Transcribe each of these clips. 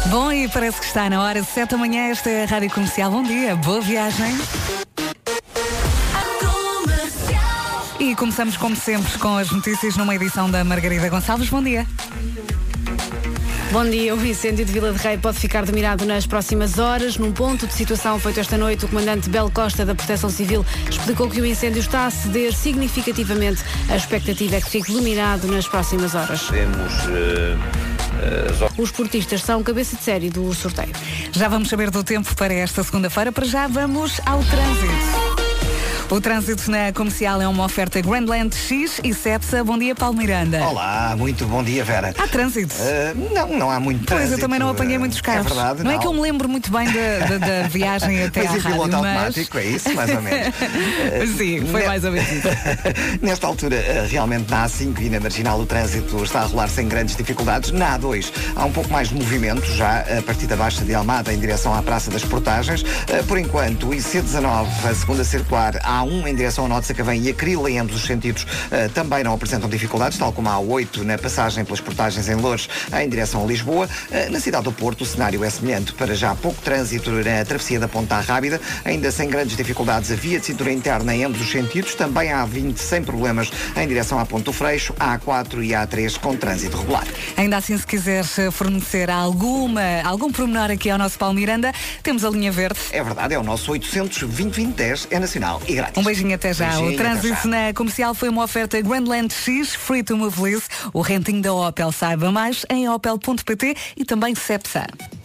Bom, e parece que está na hora de 7 da manhã. Esta é a Rádio Comercial. Bom dia, boa viagem. E começamos, como sempre, com as notícias numa edição da Margarida Gonçalves. Bom dia. Bom dia. O incêndio de Vila de Rei pode ficar dominado nas próximas horas. Num ponto de situação feito esta noite, o comandante Belo Costa da Proteção Civil explicou que o incêndio está a ceder significativamente. A expectativa é que fique dominado nas próximas horas. Os esportistas são cabeça de série do sorteio. Já vamos saber do tempo para esta segunda-feira. Para já vamos ao trânsito. O trânsito na Comercial é uma oferta Grandland X e Cepsa. Bom dia, Paulo Miranda. Olá, muito bom dia, Vera. Há trânsito? Não há muito trânsito. Pois, eu também não apanhei muitos carros. É verdade, não é que eu me lembro muito bem da viagem até à rádio, piloto automático, é isso, mais ou menos. Sim, foi mais ou menos isso. Nesta altura, realmente na A5 e na Marginal o trânsito está a rolar sem grandes dificuldades. Na A2 há um pouco mais de movimento, já a partir da Baixa de Almada em direção à Praça das Portagens. Por enquanto, o IC19, a segunda circular, A1 em direção ao Norte de Sacavém e a Crila em ambos os sentidos também não apresentam dificuldades, tal como a A8 na passagem pelas portagens em Loures em direção a Lisboa. Na cidade do Porto o cenário é semelhante, para já pouco trânsito na travessia da Ponta Rábida, ainda sem grandes dificuldades a via de cintura interna em ambos os sentidos, também a A20 sem problemas em direção à Ponte do Freixo, a A4 e a A3 com trânsito regular. Ainda assim, se quiser fornecer algum pormenor aqui ao nosso Paulo Miranda, temos a linha verde. É verdade, é o nosso 800-2020-10, é nacional e grátis. Um beijinho até já. Beijinho, o trânsito na Comercial foi uma oferta Grandland X, Free to Move Lease, o renting da Opel. Saiba mais em opel.pt e também Cepsa.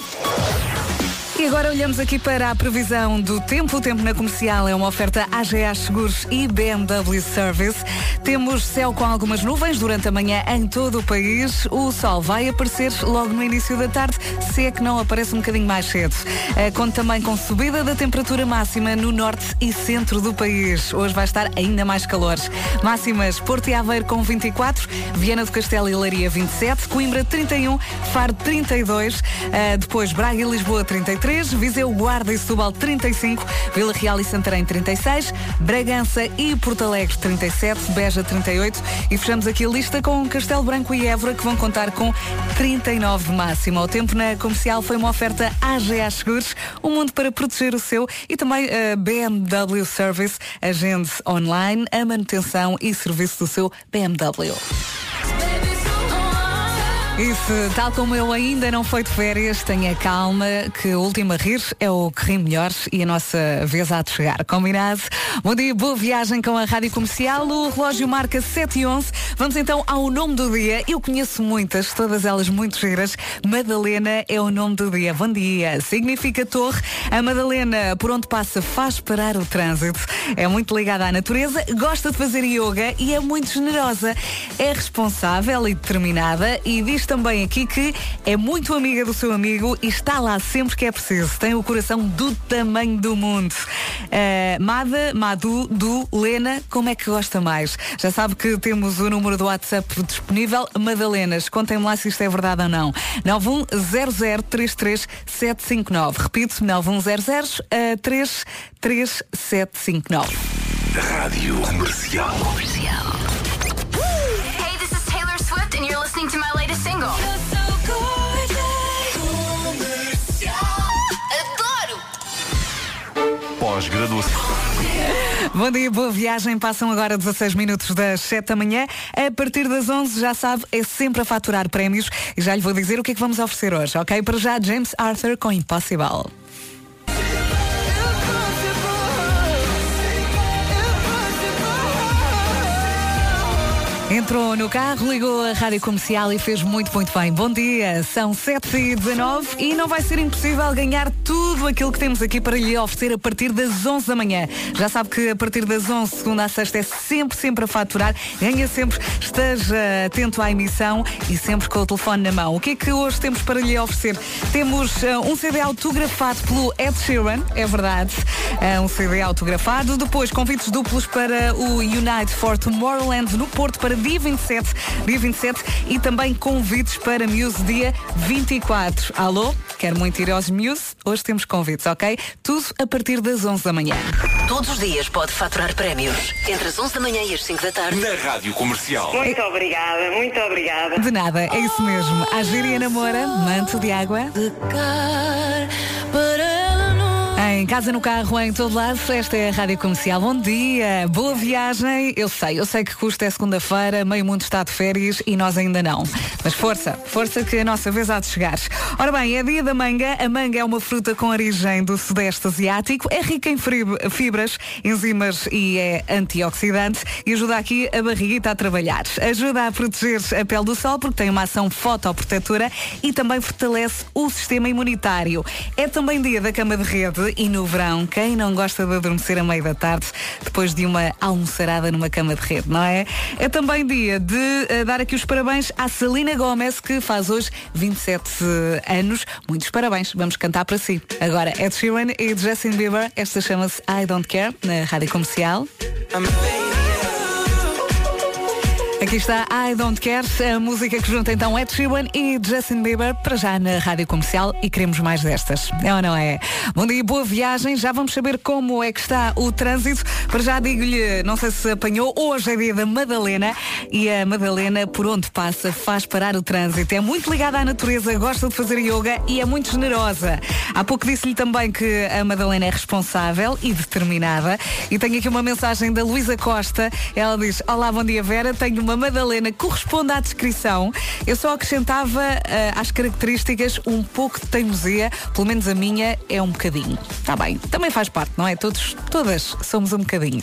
E agora olhamos aqui para a previsão do tempo. O tempo na Comercial é uma oferta AGA Seguros e BMW Service. Temos céu com algumas nuvens durante a manhã em todo o país. O sol vai aparecer logo no início da tarde, se é que não aparece um bocadinho mais cedo. Conto também com subida da temperatura máxima no norte e centro do país. Hoje vai estar ainda mais calor. Máximas: Porto e Aveiro com 24, Viana do Castelo e Leiria 27, Coimbra 31, Faro 32, depois Braga e Lisboa 33, Viseu, Guarda e Setúbal 35, Vila Real e Santarém 36, Bragança e Porto Alegre 37, Beja 38 e fechamos aqui a lista com Castelo Branco e Évora, que vão contar com 39 de máxima. O tempo na Comercial foi uma oferta AGA Seguros, um mundo para proteger o seu, e também a BMW Service, agende online a manutenção e serviço do seu BMW. E se, tal como eu, ainda não foi de férias, tenha calma, que o último a rir é o que ri melhor e a nossa vez há de chegar. Combinado? Bom dia, boa viagem com a Rádio Comercial. O relógio marca 7h11. Vamos então ao nome do dia. Eu conheço muitas, todas elas muito giras. Madalena é o nome do dia. Bom dia. Significa torre. A Madalena, por onde passa, faz parar o trânsito. É muito ligada à natureza, gosta de fazer yoga e é muito generosa. É responsável e determinada e diz também aqui que é muito amiga do seu amigo e está lá sempre que é preciso. Tem o coração do tamanho do mundo. Mada, Madu, Du, Lena, como é que gosta mais? Já sabe que temos o número do WhatsApp disponível. Madalenas, contem-me lá se isto é verdade ou não. 910033759. Repito, 910033759. Rádio Comercial. Hey, this is Taylor Swift and you're listening to my latest single. Adoro! Pós-graduação. Bom dia, boa viagem. Passam agora 16 minutos das 7 da manhã. A partir das 11, já sabe, é sempre a faturar prémios. E já lhe vou dizer o que é que vamos oferecer hoje, ok? Para já, James Arthur com Impossible. Entrou no carro, ligou a Rádio Comercial e fez muito, muito bem. Bom dia, são 7h19 e não vai ser impossível ganhar tudo aquilo que temos aqui para lhe oferecer a partir das 11 da manhã. Já sabe que a partir das 11, segunda a sexta, é sempre a faturar. Ganha sempre, esteja atento à emissão e sempre com o telefone na mão. O que é que hoje temos para lhe oferecer? Temos um CD autografado pelo Ed Sheeran, é verdade. Um CD autografado. Depois, convites duplos para o Unite for Tomorrowland no Porto para dia 27, e também convites para Muse dia 24. Alô? Quero muito ir aos Muse? Hoje temos convites, ok? Tudo a partir das 11 da manhã. Todos os dias pode faturar prémios. Entre as 11 da manhã e as 5 da tarde. Na Rádio Comercial. Muito obrigada, muito obrigada. De nada, é isso mesmo. A Gíria namora, manto de água. Em casa, no carro, em todo lado, esta é a Rádio Comercial. Bom dia, boa viagem. Eu sei que custa, é segunda-feira, meio mundo está de férias e nós ainda não. Mas força que a nossa vez há de chegar. Ora bem, é dia da manga. A manga é uma fruta com origem do Sudeste Asiático, é rica em fibras, enzimas e é antioxidante e ajuda aqui a barriguita a trabalhar. Ajuda a proteger a pele do sol porque tem uma ação fotoprotetora e também fortalece o sistema imunitário. É também dia da cama de rede e no verão, quem não gosta de adormecer a meio da tarde depois de uma almoçarada numa cama de rede, não é? É também dia de dar aqui os parabéns à Selena Gomez, que faz hoje 27 anos. Muitos parabéns, vamos cantar para si. Agora, Ed Sheeran e Justin Bieber, esta chama-se I Don't Care, na Rádio Comercial. Aqui está I Don't Care, a música que junta então Ed Sheeran e Justin Bieber, para já na Rádio Comercial, e queremos mais destas. É ou não é? Bom dia, boa viagem. Já vamos saber como é que está o trânsito. Para já digo-lhe, não sei se apanhou, hoje é dia da Madalena e a Madalena, por onde passa, faz parar o trânsito. É muito ligada à natureza, gosta de fazer yoga e é muito generosa. Há pouco disse-lhe também que a Madalena é responsável e determinada. E tenho aqui uma mensagem da Luísa Costa. Ela diz: olá, bom dia Vera, tenho uma Madalena que corresponde à descrição. Eu só acrescentava às características um pouco de teimosia, pelo menos a minha é um bocadinho. Está bem, também faz parte, não é? Todas somos um bocadinho.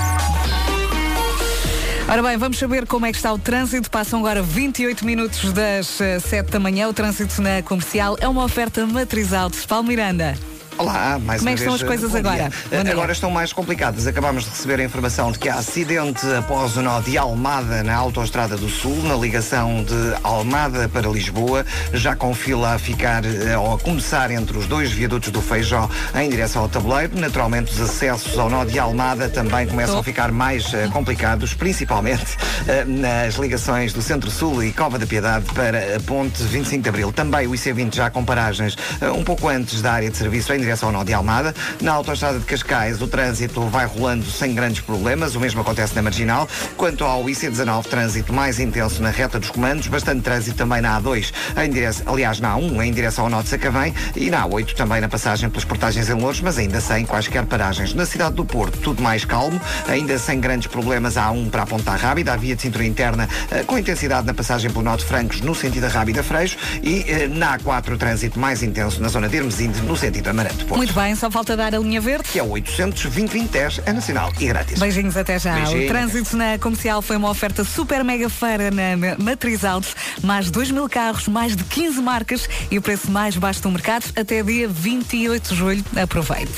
Ora bem, vamos saber como é que está o trânsito. Passam agora 28 minutos das 7 da manhã. O trânsito na Comercial é uma oferta Matriz Alto. Paulo Miranda. Olá, mais Como é uma que vez. estão as coisas bom agora? dia. Agora estão mais complicadas. Acabámos de receber a informação de que há acidente após o nó de Almada na Autoestrada do Sul, na ligação de Almada para Lisboa, já com fila a ficar ou a começar entre os dois viadutos do Feijó em direção ao Tabuleiro. Naturalmente, os acessos ao nó de Almada também começam a ficar mais complicados, principalmente nas ligações do Centro-Sul e Cova da Piedade para a Ponte 25 de Abril. Também o IC20 já com paragens um pouco antes da área de serviço em direção ao nó de Almada. Na autoestrada de Cascais, o trânsito vai rolando sem grandes problemas. O mesmo acontece na Marginal. Quanto ao IC19, trânsito mais intenso na reta dos comandos. Bastante trânsito também na A2, na A1, em direção ao nó de Sacavém, e na A8 também na passagem pelas portagens em Louros, mas ainda sem quaisquer paragens. Na cidade do Porto, tudo mais calmo, ainda sem grandes problemas. A A1 para a Ponta Rábida, a via de cintura interna com intensidade na passagem pelo nó de Francos, no sentido da Rábida Freixo, e na A4 o trânsito mais intenso na zona de Hermesinde, no sentido Amarante Porto. Muito bem, só falta dar a linha verde. Que é o 800-2020-10, é nacional e grátis. Beijinhos, até já. Beijinho. O trânsito na Comercial foi uma oferta super mega feira na Matriz Alto. Mais 2.000 carros, mais de 15 marcas e o preço mais baixo do mercado até dia 28 de julho. Aproveite.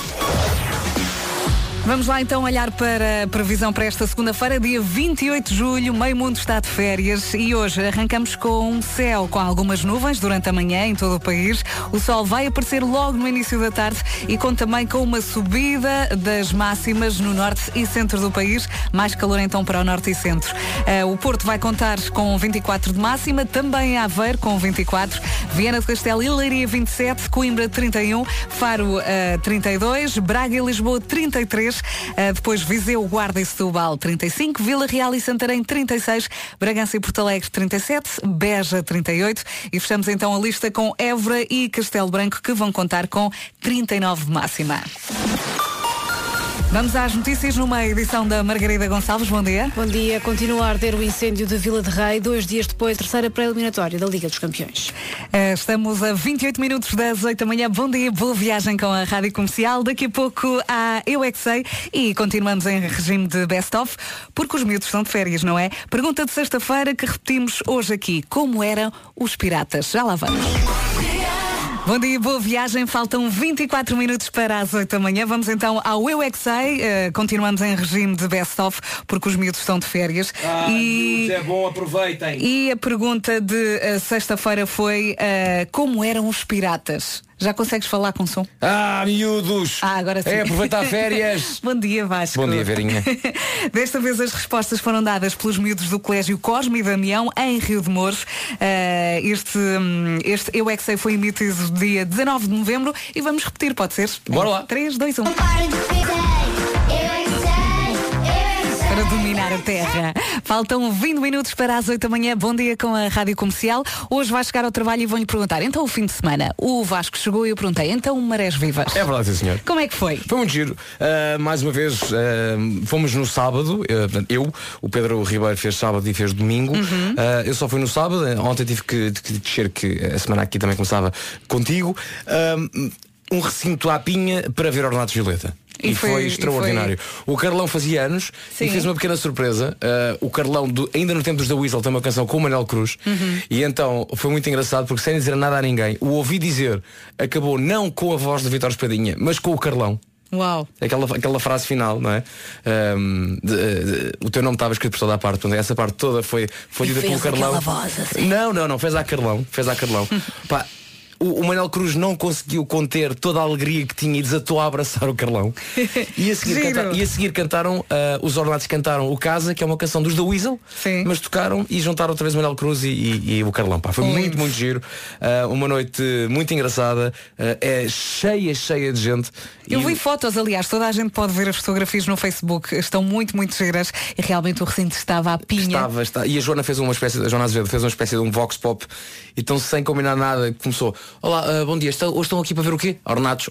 Vamos lá então olhar para a previsão para esta segunda-feira, dia 28 de julho, meio mundo está de férias e hoje arrancamos com um céu com algumas nuvens durante a manhã em todo o país. O sol vai aparecer logo no início da tarde e conta também com uma subida das máximas no norte e centro do país, mais calor então para o norte e centro. O Porto vai contar com 24 de máxima, também Aveiro com 24, Viana do Castelo e Leiria 27, Coimbra 31, Faro 32, Braga e Lisboa 33, depois Viseu, Guarda e Setúbal 35, Vila Real e Santarém 36, Bragança e Porto Alegre 37, Beja 38 e fechamos então a lista com Évora e Castelo Branco, que vão contar com 39 de máxima. Vamos às notícias numa edição da Margarida Gonçalves. Bom dia. Bom dia. Continua a arder o incêndio de Vila de Rei, 2 dias depois, terceira pré-eliminatória da Liga dos Campeões. Estamos a 28 minutos das 8 da manhã. Bom dia, boa viagem com a Rádio Comercial. Daqui a pouco há Eu É Que Sei e continuamos em regime de best-of, porque os miúdos estão de férias, não é? Pergunta de sexta-feira que repetimos hoje aqui. Como eram os piratas? Já lá vamos. Bom dia, boa viagem. Faltam 24 minutos para as 8 da manhã. Vamos então ao Eu É Que Sei. Continuamos em regime de best-of, porque os miúdos estão de férias. É bom, aproveitem. E a pergunta de sexta-feira foi como eram os piratas? Já consegues falar com som? Miúdos! Agora sim. É aproveitar férias. Bom dia, Vasco. Bom dia, Verinha. Desta vez as respostas foram dadas pelos miúdos do Colégio Cosme e Damião em Rio de Mouros. Este Eu é que Sei foi emitido dia 19 de novembro e vamos repetir, pode ser? Bora lá. 3, 2, 1. Para dominar a terra. Faltam 20 minutos para as 8 da manhã. Bom dia com a Rádio Comercial. Hoje vai chegar ao trabalho e vão-lhe perguntar, então o fim de semana, o Vasco chegou e eu perguntei, então Marés Vivas? É verdade, sim, senhor. Como é que foi? Foi muito giro. Mais uma vez, fomos no sábado. O Pedro Ribeiro fez sábado e fez domingo. Eu só fui no sábado. Ontem tive que descer, que a semana aqui também começava contigo. Um recinto à pinha para ver Ornatos Violeta. E foi extraordinário. O Carlão fazia anos. Sim. E fez uma pequena surpresa. O Carlão, ainda no tempo dos The Weasel, tem uma canção com o Manel Cruz. E então foi muito engraçado porque, sem dizer nada a ninguém, o ouvi dizer, acabou não com a voz de Vítor Espadinha, mas com o Carlão. Uau. Aquela frase final, não é? O teu nome estava escrito por toda a parte. Portanto, essa parte toda foi dita pelo Carlão. Voz, assim. Não, fez a Carlão. Pá, o Manel Cruz não conseguiu conter toda a alegria que tinha e desatou a abraçar o Carlão. E a seguir cantaram, os Ornatos cantaram o Casa, que é uma canção dos The Weasel. Sim. Mas tocaram e juntaram outra vez o Manel Cruz e o Carlão. Pá, foi muito, muito giro. Uma noite muito engraçada. É cheia de gente. Eu vi fotos, aliás, toda a gente pode ver as fotografias no Facebook. Estão muito, muito giras. E realmente o recinto estava à pinha. Estava. E a Joana a Joana Azevedo fez uma espécie de um vox pop. Então, sem combinar nada, começou: olá, bom dia, hoje estão aqui para ver o quê? Ornatos.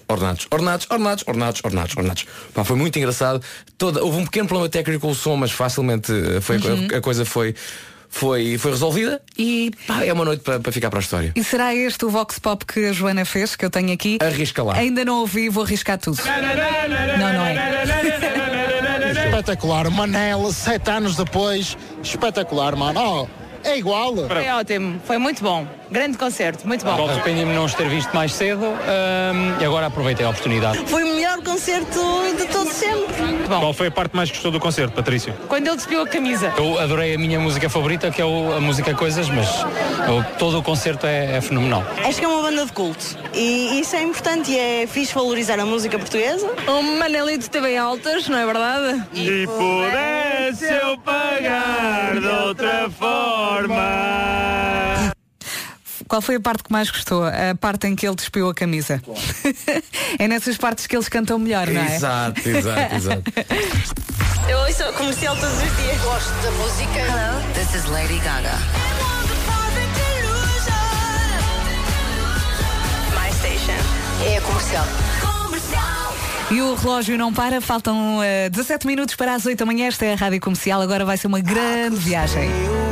Pá, foi muito engraçado. Houve um pequeno problema técnico com o som, mas facilmente a coisa foi resolvida e pá, é uma noite para ficar para a história. E será este o vox pop que a Joana fez, que eu tenho aqui? Arrisca lá. Ainda não ouvi, vou arriscar tudo. Não é. Espetacular, Manela, 7 anos depois, espetacular, mano. É igual. Foi ótimo, foi muito bom. Grande concerto, muito bom. Arrependi-me de não os ter visto mais cedo e agora aproveitei a oportunidade. Foi o melhor concerto de todo sempre. Bom. Qual foi a parte mais que gostou do concerto, Patrícia? Quando ele despiu a camisa. Eu adorei a minha música favorita, que é a música Coisas, mas todo o concerto é fenomenal. Acho que é uma banda de culto e isso é importante e é fixe valorizar a música portuguesa. Um Manelito TV altas, não é verdade? E pudesse eu pagar de outra forma. Qual foi a parte que mais gostou? A parte em que ele despiu a camisa. É nessas partes que eles cantam melhor, não é? Exato. Eu ouço a Comercial todos os dias. Gosto da música. Hello, this is Lady Gaga. My station. É a Comercial. E o relógio não para, faltam 17 minutos para as 8 da manhã. Esta é a Rádio Comercial, agora vai ser uma grande viagem.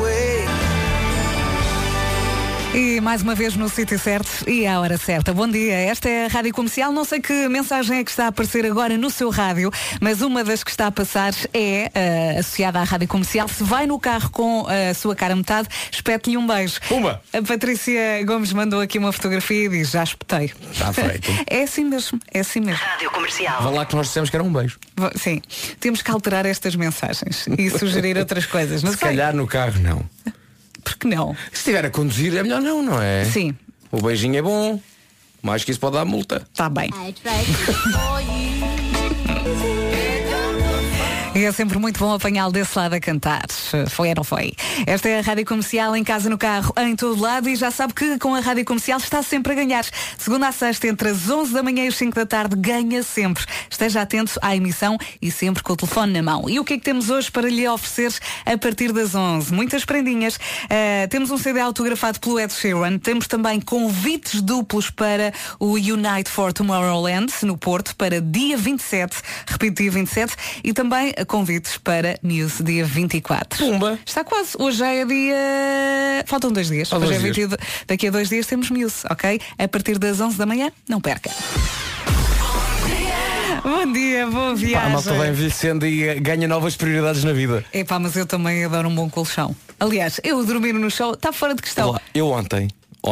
E mais uma vez no sítio certo e à hora certa. Bom dia, esta é a Rádio Comercial. Não sei que mensagem é que está a aparecer agora no seu rádio, mas uma das que está a passar é associada à Rádio Comercial. Se vai no carro com a sua cara metade, espete-lhe um beijo. Uma. A Patrícia Gomes mandou aqui uma fotografia e diz: já espetei. Está feito. É assim mesmo. Rádio Comercial. Vá lá que nós dissemos que era um beijo. Sim, temos que alterar estas mensagens e sugerir outras coisas. Não Se sei. calhar no carro não. Por que não? Se estiver a conduzir é melhor não é? Sim. O beijinho é bom. Mais que isso pode dar multa. Está bem. E é sempre muito bom apanhá-lo desse lado a cantar. Foi ou não foi? Esta é a Rádio Comercial, em casa, no carro, em todo lado. E já sabe que com a Rádio Comercial está sempre a ganhar. Segunda a sexta, entre as 11 da manhã e as 5 da tarde, ganha sempre. Esteja atento à emissão e sempre com o telefone na mão. E o que é que temos hoje para lhe oferecer a partir das 11? Muitas prendinhas. Temos um CD autografado pelo Ed Sheeran. Temos também convites duplos para o Unite for Tomorrowland, no Porto, para dia 27. Repito, dia 27. E também convites para Muse, dia 24. Pumba! Está quase. Hoje já é dia... Faltam 2 dias. Hoje é 22. Daqui a 2 dias temos Muse, ok? A partir das 11 da manhã, não perca. Bom dia, boa viagem. A malta vai envelhecendo e ganha novas prioridades na vida. Epá, mas eu também adoro um bom colchão. Aliás, eu dormir no chão está fora de questão. Olá, eu ontem,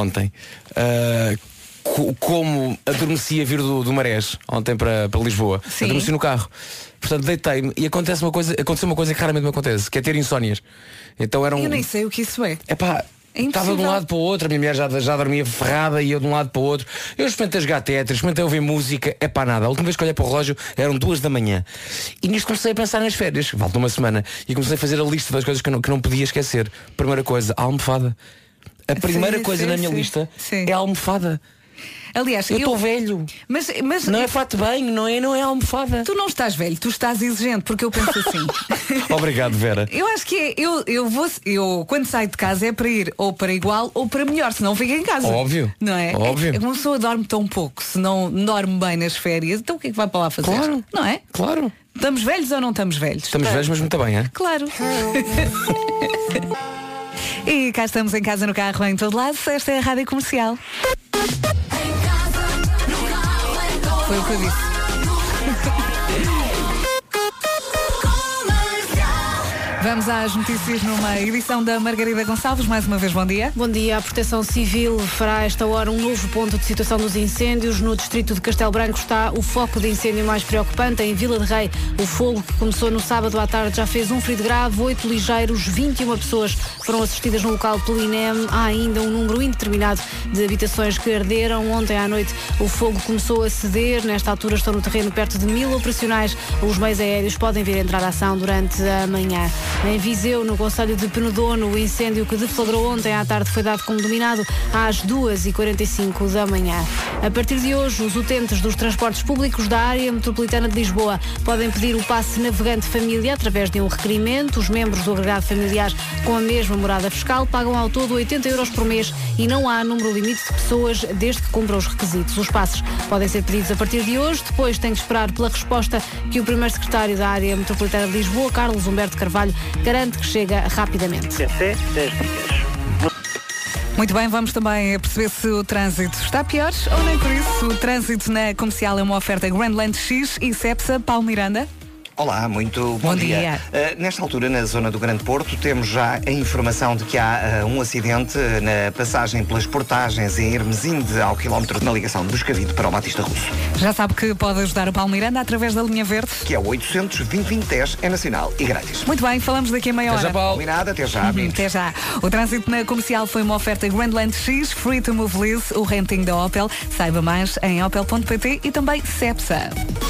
como adormeci a vir do Marés, ontem para Lisboa, Sim. adormeci no carro. Portanto, deitei-me e aconteceu uma coisa que raramente me acontece, que é ter insónias. Então era Eu nem sei o que isso é. Epá, Estava de um lado para o outro, a minha mulher já dormia ferrada e eu de um lado para o outro. Eu experimentei jogar Tetris, experimentei ouvir música, é para nada. A última vez que olhei para o relógio eram 2 da manhã. E nisto comecei a pensar nas férias, falta uma semana, e comecei a fazer a lista das coisas que não podia esquecer. Primeira coisa, a almofada. A primeira coisa na minha lista é a almofada. Aliás, eu estou velho. Mas não é fato de banho, não é almofada. Tu não estás velho, tu estás exigente, porque eu penso assim. Obrigado, Vera. Eu acho que é, eu quando saio de casa é para ir ou para igual ou para melhor, senão fico em casa. Óbvio. Não é? Óbvio. Uma pessoa dorme tão pouco, se não dorme bem nas férias, então o que é que vai para lá fazer? Claro. Não é? Claro. Estamos velhos ou não estamos velhos? Estamos velhos, mas muito bem, é? Claro. E cá estamos em casa, no carro, em todo lado. Esta é a Rádio Comercial. Foi o que eu disse. Vamos às notícias numa edição da Margarida Gonçalves. Mais uma vez, bom dia. Bom dia. A Proteção Civil fará a esta hora um novo ponto de situação dos incêndios. No distrito de Castelo Branco está o foco de incêndio mais preocupante. Em Vila de Rei, o fogo que começou no sábado à tarde já fez um ferido grave, 8 ligeiros, 21 pessoas foram assistidas no local pelo INEM. Há ainda um número indeterminado de habitações que arderam. Ontem à noite o fogo começou a ceder. Nesta altura estão no terreno perto de 1000 operacionais. Os meios aéreos podem vir a entrar à ação durante a manhã. Em Viseu, no concelho de Penedono, o incêndio que deflagrou ontem à tarde foi dado como dominado às 2h45 da manhã. A partir de hoje, os utentes dos transportes públicos da área metropolitana de Lisboa podem pedir o passe navegante família através de um requerimento. Os membros do agregado familiar com a mesma morada fiscal pagam ao todo 80 € por mês e não há número limite de pessoas desde que cumpram os requisitos. Os passes podem ser pedidos a partir de hoje, depois tem que esperar pela resposta que o primeiro secretário da área metropolitana de Lisboa, Carlos Humberto Carvalho, garante que chega rapidamente. Até 10 dias. Muito bem, vamos também perceber se o trânsito está pior ou nem por isso. O trânsito na Comercial é uma oferta Grandland X e Cepsa. Paulo Miranda. Olá, muito bom dia. Nesta altura, na zona do Grande Porto, temos já a informação de que há um acidente na passagem pelas portagens em Hermesinde, ao quilómetro na ligação do Escavide para o Batista Russo. Já sabe que pode ajudar o Paulo Miranda através da linha verde. Que é o 800-2020-10, é nacional e grátis. Muito bem, falamos daqui a meia hora. Até já, Paulo. Combinado, até já. Até já. O trânsito na Comercial foi uma oferta Grandland X, Free to Move Lease, o renting da Opel. Saiba mais em opel.pt e também Cepsa.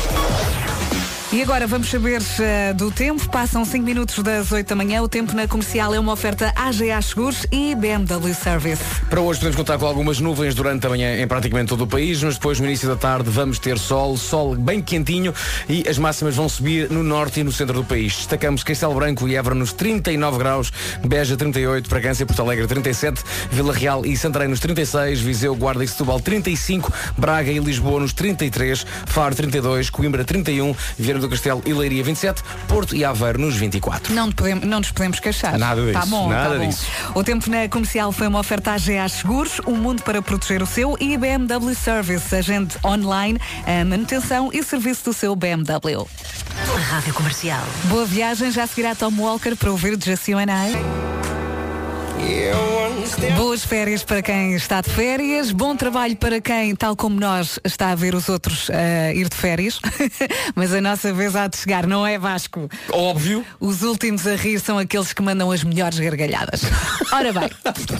E agora vamos saber do tempo. Passam 5 minutos das 8 da manhã. O tempo na Comercial é uma oferta AGA Seguros e BMW Service. Para hoje podemos contar com algumas nuvens durante a manhã em praticamente todo o país, mas depois no início da tarde vamos ter sol bem quentinho e as máximas vão subir no norte e no centro do país. Destacamos Castelo Branco e Évora nos 39 graus, Beja 38, Bragança e Porto Alegre 37, Vila Real e Santarém nos 36, Viseu, Guarda e Setúbal 35, Braga e Lisboa nos 33, Faro 32, Coimbra 31, Viana do Castelo e Leiria 27, Porto e Aveiro nos 24. Não nos podemos queixar. Nada disso. Tá bom, nada tá bom. disso. O tempo na Comercial foi uma oferta AGA Seguros, um mundo para proteger o seu, e BMW Service, agente online, a manutenção e serviço do seu BMW. Rádio Comercial. Boa viagem, já seguirá Tom Walker para ouvir Just You and I. Boas férias para quem está de férias, bom trabalho para quem, tal como nós, está a ver os outros ir de férias. Mas a nossa vez há de chegar, não é, Vasco? Óbvio. Os últimos a rir são aqueles que mandam as melhores gargalhadas. Ora bem.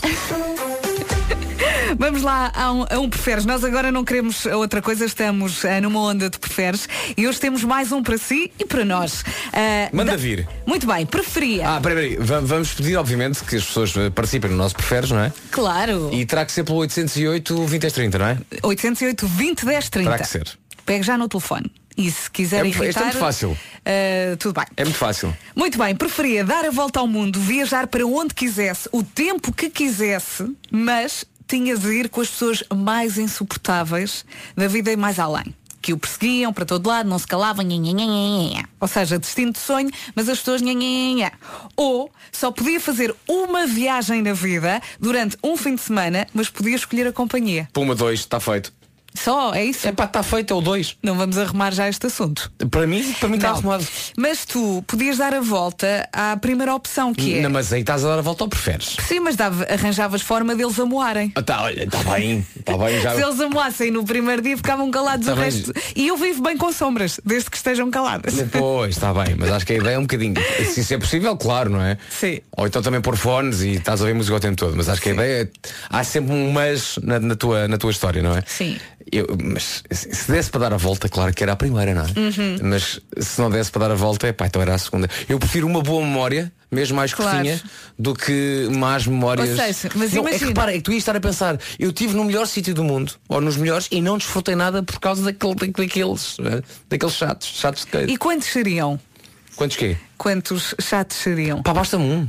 Vamos lá a um preferes. Nós agora não queremos outra coisa, estamos numa onda de preferes e hoje temos mais um para si e para nós. Manda vir. Muito bem, preferia. Peraí. Vamos pedir, obviamente, que as pessoas participem no nosso preferes, não é? Claro. E terá que ser pelo 808 201030, não é? 808 201030. Terá que ser. Pegue já no telefone. E se quiser irritar... Isto é muito fácil. Tudo bem. É muito fácil. Muito bem, preferia dar a volta ao mundo, viajar para onde quisesse, o tempo que quisesse, mas tinhas de ir com as pessoas mais insuportáveis da vida e mais além. Que o perseguiam para todo lado, não se calavam, ou seja, destino de sonho, mas as pessoas Ou só podia fazer uma viagem na vida durante um fim de semana, mas podia escolher a companhia. Puma 2, está feito. Só, é isso? Está feito, é o 2. Não vamos arrumar já este assunto. Para mim está arrumado. Mas tu podias dar a volta à primeira opção, que é... Não, mas aí estás a dar a volta ou preferes? Sim, mas arranjavas forma deles amoarem. Olha, está bem já. Se eles amoassem no primeiro dia, ficavam calados o resto. E eu vivo bem com sombras, desde que estejam caladas. Pois, está bem, mas acho que a ideia é um bocadinho, se isso é possível, claro, não é? Sim. Ou então também pôr fones e estás a ouvir música o tempo todo, mas acho que a ideia é... Há sempre um mas na tua história, não é? Sim. Mas se desse para dar a volta, claro que era a primeira, não é? Mas se não desse para dar a volta, então era a segunda. Eu prefiro uma boa memória, mesmo mais curtinha, do que más memórias. Ou seja, mas não, imagina... é que repara, é que tu ias estar a pensar, eu estive no melhor sítio do mundo, ou nos melhores, e não desfrutei nada por causa daqueles chatos de queijo. E quantos seriam? Quantos quê? Quantos chatos seriam? Basta-me um.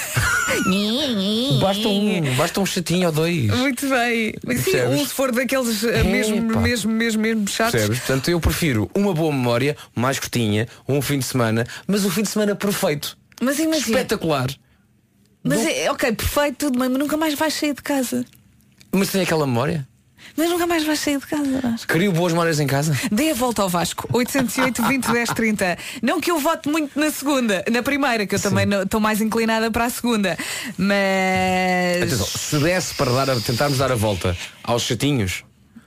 Basta um chatinho ou 2. Muito bem. Sim, um se for daqueles mesmo chatos. Percebes? Portanto, eu prefiro uma boa memória, mais curtinha, um fim de semana, mas o fim de semana perfeito. Mas imagina. Espetacular. Mas ok, perfeito tudo, mas nunca mais vais sair de casa. Mas tem aquela memória? Mas nunca mais vais sair de casa. Crio boas memórias em casa? Dê a volta ao Vasco. 808 20 10 30. Não que eu vote muito na primeira, que eu também estou mais inclinada para a segunda. Mas... Atenção, se desse para tentarmos dar a volta aos chatinhos,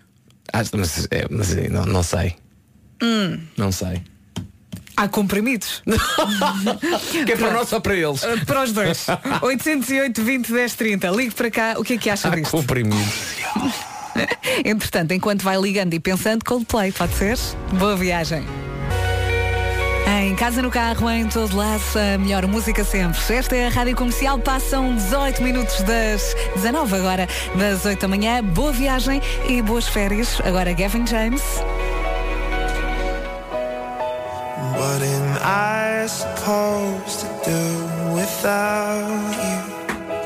não sei. Não sei. Há comprimidos. Que é para nós ou para eles? Para os dois. 808 20 10 30. Ligue para cá. O que é que acha disto? Há comprimidos. Entretanto, enquanto vai ligando e pensando, Coldplay, pode ser? Boa viagem. Em casa, no carro, em todo lado, a melhor música sempre. Esta é a Rádio Comercial, passam 18 minutos das 19 agora, das 8 da manhã. Boa viagem e boas férias. Agora Gavin James. What am I supposed to do without you?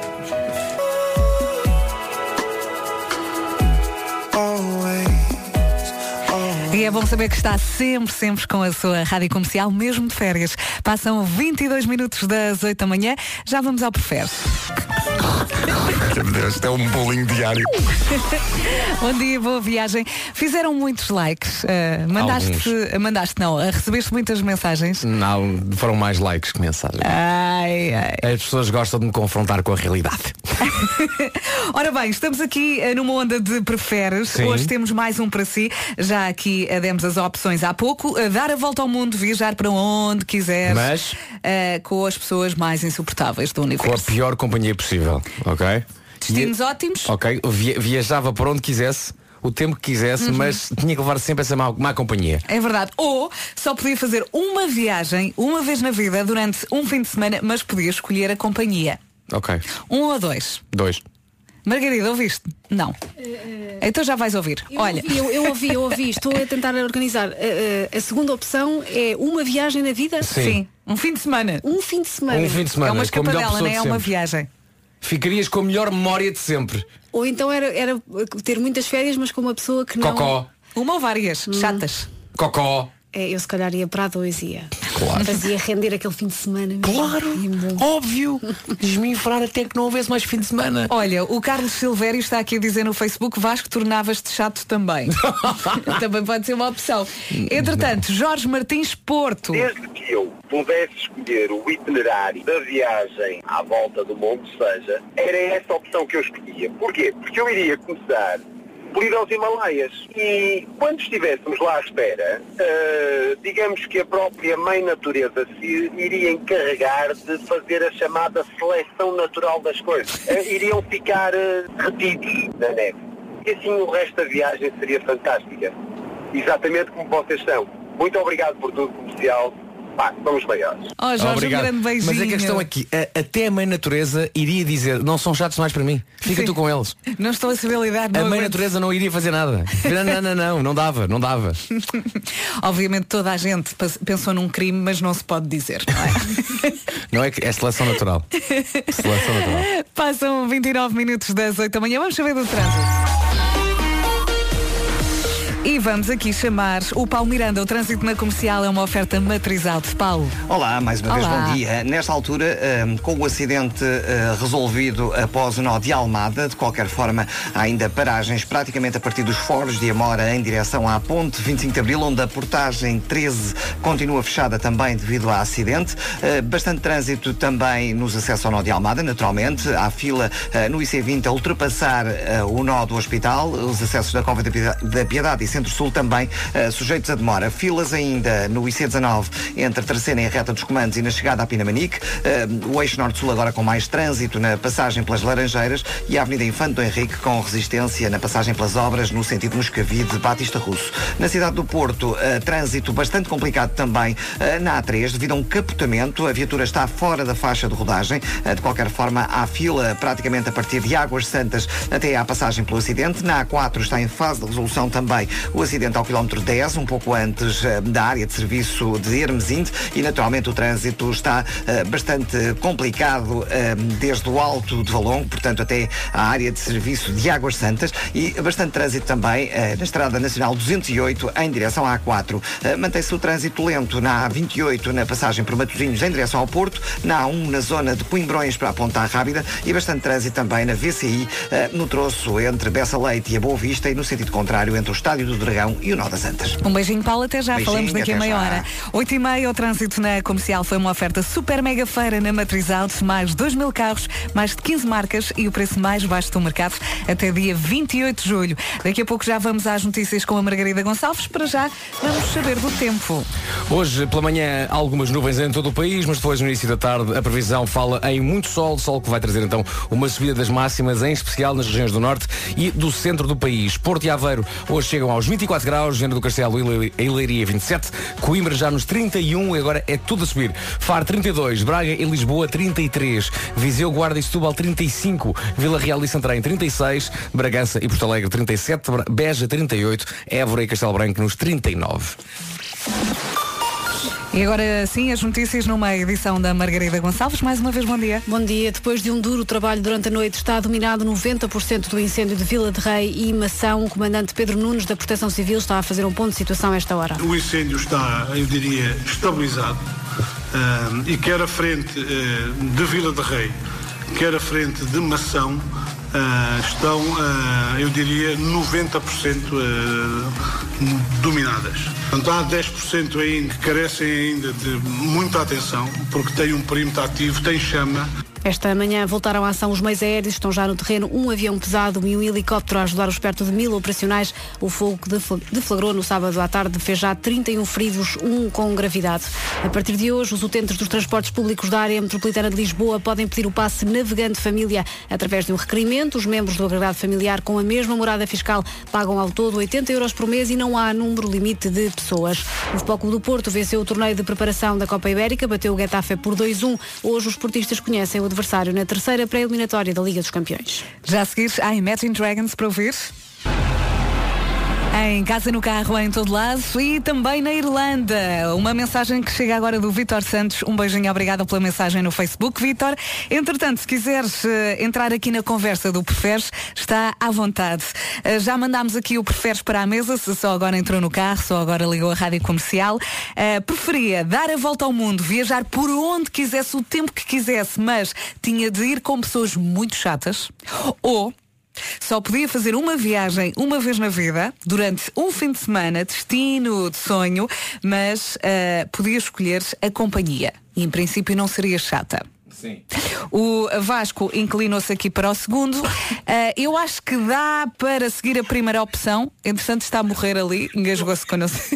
E é bom saber que está sempre com a sua Rádio Comercial, mesmo de férias. Passam 22 minutos das 8 da manhã. Já vamos ao prefere. Meu Deus, isto é um bolinho diário. Bom dia, boa viagem. Fizeram muitos likes. Recebeste muitas mensagens? Não, foram mais likes que mensagens. As pessoas gostam de me confrontar com a realidade. Ora bem, estamos aqui numa onda de preferes. Sim. Hoje temos mais um para si. Já aqui demos as opções há pouco. Dar a volta ao mundo, viajar para onde quiseres. Mas com as pessoas mais insuportáveis do universo. Com a pior companhia possível, ok? Destinos ótimos. Ok, viajava por onde quisesse, o tempo que quisesse, mas tinha que levar sempre essa má companhia. É verdade. Ou só podia fazer uma viagem, uma vez na vida, durante um fim de semana, mas podia escolher a companhia. Ok. 1 ou 2? 2. Margarida, ouviste? Não. Então já vais ouvir. Olha. Eu ouvi. Estou a tentar organizar. A segunda opção é uma viagem na vida? Sim. Um fim de semana. Um fim de semana. É uma escapadela, não é uma viagem. Ficarias com a melhor memória de sempre. Ou então era ter muitas férias, mas com uma pessoa que não... Cocó. Uma ou várias, chatas. Cocó. Eu se calhar ia para a 2 ia. Claro. Fazia render aquele fim de semana. Claro, óbvio. Desminfrar até que não houvesse mais fim de semana. Olha, o Carlos Silvério está aqui a dizer no Facebook: Vasco, tornavas-te chato também. Também pode ser uma opção. Entretanto, Jorge Martins Porto. Desde que eu pudesse escolher o itinerário da viagem à volta do mundo, seja, era essa a opção que eu escolhia. Porquê? Porque eu iria começar por ir aos Himalaias. E quando estivéssemos lá à espera, digamos que a própria mãe natureza se iria encarregar de fazer a chamada seleção natural das coisas. Iriam ficar retidos na neve. E assim o resto da viagem seria fantástica. Exatamente como vocês são. Muito obrigado por tudo, comercial. Somos maiores. Jorge, obrigado. Um grande beijinho. Mas a questão aqui, até a mãe natureza iria dizer: não são chatos mais para mim, fica tu com eles. Não estou a saber lidar. A mãe natureza não iria fazer nada. Não dava. Obviamente toda a gente pensou num crime, mas não se pode dizer, não é? Não é que é seleção natural. Seleção natural. Passam 29 minutos das 8 da manhã. Vamos saber do trânsito. E vamos aqui chamar o Paulo Miranda. O trânsito na Comercial é uma oferta matriz de Paulo. Olá, mais uma vez bom dia. Nesta altura, com o acidente resolvido após o nó de Almada, de qualquer forma, há ainda paragens praticamente a partir dos Foros de Amora em direção à ponte 25 de Abril, onde a portagem 13 continua fechada também devido ao acidente. Bastante trânsito também nos acessos ao nó de Almada, naturalmente. Há fila no IC20 a ultrapassar o nó do hospital, os acessos da Cova da Piedade e Centro-Sul também sujeitos a demora. Filas ainda no IC19 entre a Terceira e a reta dos Comandos e na chegada à Pinamanique. O eixo Norte-Sul agora com mais trânsito na passagem pelas Laranjeiras e a Avenida Infante do Henrique com resistência na passagem pelas obras no sentido Moscavide de Batista Russo. Na cidade do Porto, trânsito bastante complicado também na A3 devido a um capotamento. A viatura está fora da faixa de rodagem. De qualquer forma, há fila praticamente a partir de Águas Santas até à passagem pelo acidente. Na A4 está em fase de resolução também o acidente ao quilómetro 10, um pouco antes da área de serviço de Hermesinde e naturalmente o trânsito está bastante complicado desde o Alto de Valongo, portanto até à área de serviço de Águas Santas e bastante trânsito também na Estrada Nacional 208 em direção à A4. Mantém-se o trânsito lento na A28 na passagem por Matosinhos em direção ao Porto, na A1 na zona de Coimbrões para a Ponta Rábida e bastante trânsito também na VCI no troço entre Bessa Leite e a Boa Vista e no sentido contrário entre o Estádio do Dragão e o Nó das Antas. Um beijinho, Paulo, até já. Beijinho, falamos daqui a meia já. hora. 8h30, o trânsito na Comercial foi uma oferta super mega feira na Matriz Alto, mais 2.000 carros, mais de 15 marcas e o preço mais baixo do mercado até dia 28 de julho. Daqui a pouco já vamos às notícias com a Margarida Gonçalves. Para já, vamos saber do tempo. Hoje, pela manhã, algumas nuvens em todo o país, mas depois, no início da tarde, a previsão fala em muito sol que vai trazer então uma subida das máximas, em especial nas regiões do norte e do centro do país. Porto e Aveiro hoje chegam aos 24 graus, Viana do Castelo e Leiria 27, Coimbra já nos 31 e agora é tudo a subir. Faro 32, Braga e Lisboa 33, Viseu, Guarda e Setúbal 35, Vila Real e Santarém 36, Bragança e Porto Alegre 37, Beja 38, Évora e Castelo Branco nos 39. E agora sim, as notícias numa edição da Margarida Gonçalves. Mais uma vez, bom dia. Bom dia. Depois de um duro trabalho durante a noite, está dominado 90% do incêndio de Vila de Rei e Mação. O comandante Pedro Nunes, da Proteção Civil, está a fazer um ponto de situação a esta hora. O incêndio está, eu diria, estabilizado e quer a frente de Vila de Rei, quer a frente de Mação, estão, eu diria, 90% dominadas. Portanto, há 10% ainda que carecem ainda de muita atenção, porque têm um perímetro ativo, têm chama. Esta manhã voltaram à ação os meios aéreos, estão já no terreno um avião pesado e um helicóptero a ajudar os perto de 1000 operacionais. O fogo que deflagrou no sábado à tarde fez já 31 feridos, um com gravidade. A partir de hoje, os utentes dos transportes públicos da área metropolitana de Lisboa podem pedir o passe Navegante Família através de um requerimento. Os membros do agregado familiar com a mesma morada fiscal pagam ao todo 80 euros por mês e não há número limite de pessoas. O Futebol Clube do Porto venceu o torneio de preparação da Copa Ibérica, bateu o Getafe por 2-1. Hoje os portistas conhecem o adversário na terceira pré-eliminatória da Liga dos Campeões. Já a seguir, há Imagine Dragons para ouvir. Em casa, no carro, em todo lado e também na Irlanda. Uma mensagem que chega agora do Vítor Santos. Um beijinho, obrigada pela mensagem no Facebook, Vítor. Entretanto, se quiseres entrar aqui na conversa do Preferes, está à vontade. Já mandámos aqui o Preferes para a mesa, se só agora entrou no carro, só agora ligou a rádio comercial. Preferia dar a volta ao mundo, viajar por onde quisesse, o tempo que quisesse, mas tinha de ir com pessoas muito chatas, ou só podia fazer uma viagem uma vez na vida, durante um fim de semana, destino de sonho, mas podia escolher a companhia. E em princípio não seria chata. Sim. O Vasco inclinou-se aqui para o segundo. Eu acho que dá para seguir a primeira opção. Entretanto está a morrer ali, engasgou-se quando eu sei.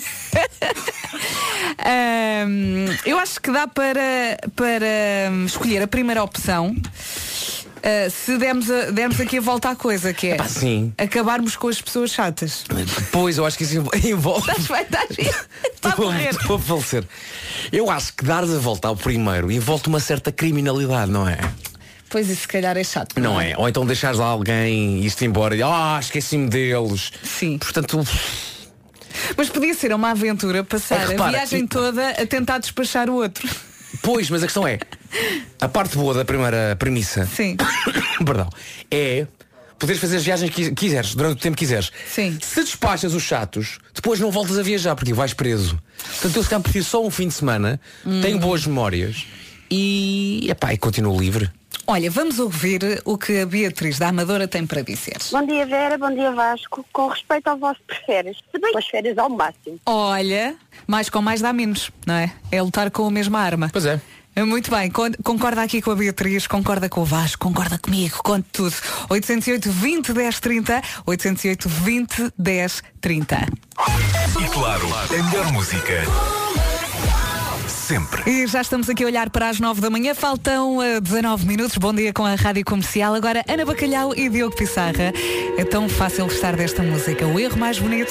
Eu acho que dá para escolher a primeira opção. Se dermos aqui a volta à coisa, que é acabarmos com as pessoas chatas. Pois, eu acho que isso envolve. Está a morrer. Estou a falecer. Eu acho que dar a volta ao primeiro envolve uma certa criminalidade, não é? Pois isso se calhar é chato. Não é? Ou então deixares lá alguém e ir embora e esqueci-me deles. Sim. Portanto. Mas podia ser uma aventura passar a viagem toda a tentar despachar o outro. Pois, mas a questão é, a parte boa da primeira premissa, sim, perdão, é poderes fazer as viagens que quiseres, durante o tempo que quiseres. Sim. Se despachas os chatos, depois não voltas a viajar, porque vais preso. Portanto, eu se calhar prefiro só um fim de semana, tenho boas memórias e continuo livre. Olha, vamos ouvir o que a Beatriz da Amadora tem para dizer. Bom dia, Vera, bom dia, Vasco. Com respeito ao vosso preférias, se bem as férias ao máximo. Olha, mais com mais dá menos, não é? É lutar com a mesma arma. Pois é. Muito bem, concorda aqui com a Beatriz, concorda com o Vasco, concorda comigo, conte tudo. 808 20 10 30, 808 20 10 30. E claro, a melhor música sempre. E já estamos aqui a olhar para as 9 da manhã, faltam 19 minutos. Bom dia com a Rádio Comercial. Agora Ana Bacalhau e Diogo Pissarra. É tão fácil gostar desta música. O erro mais bonito.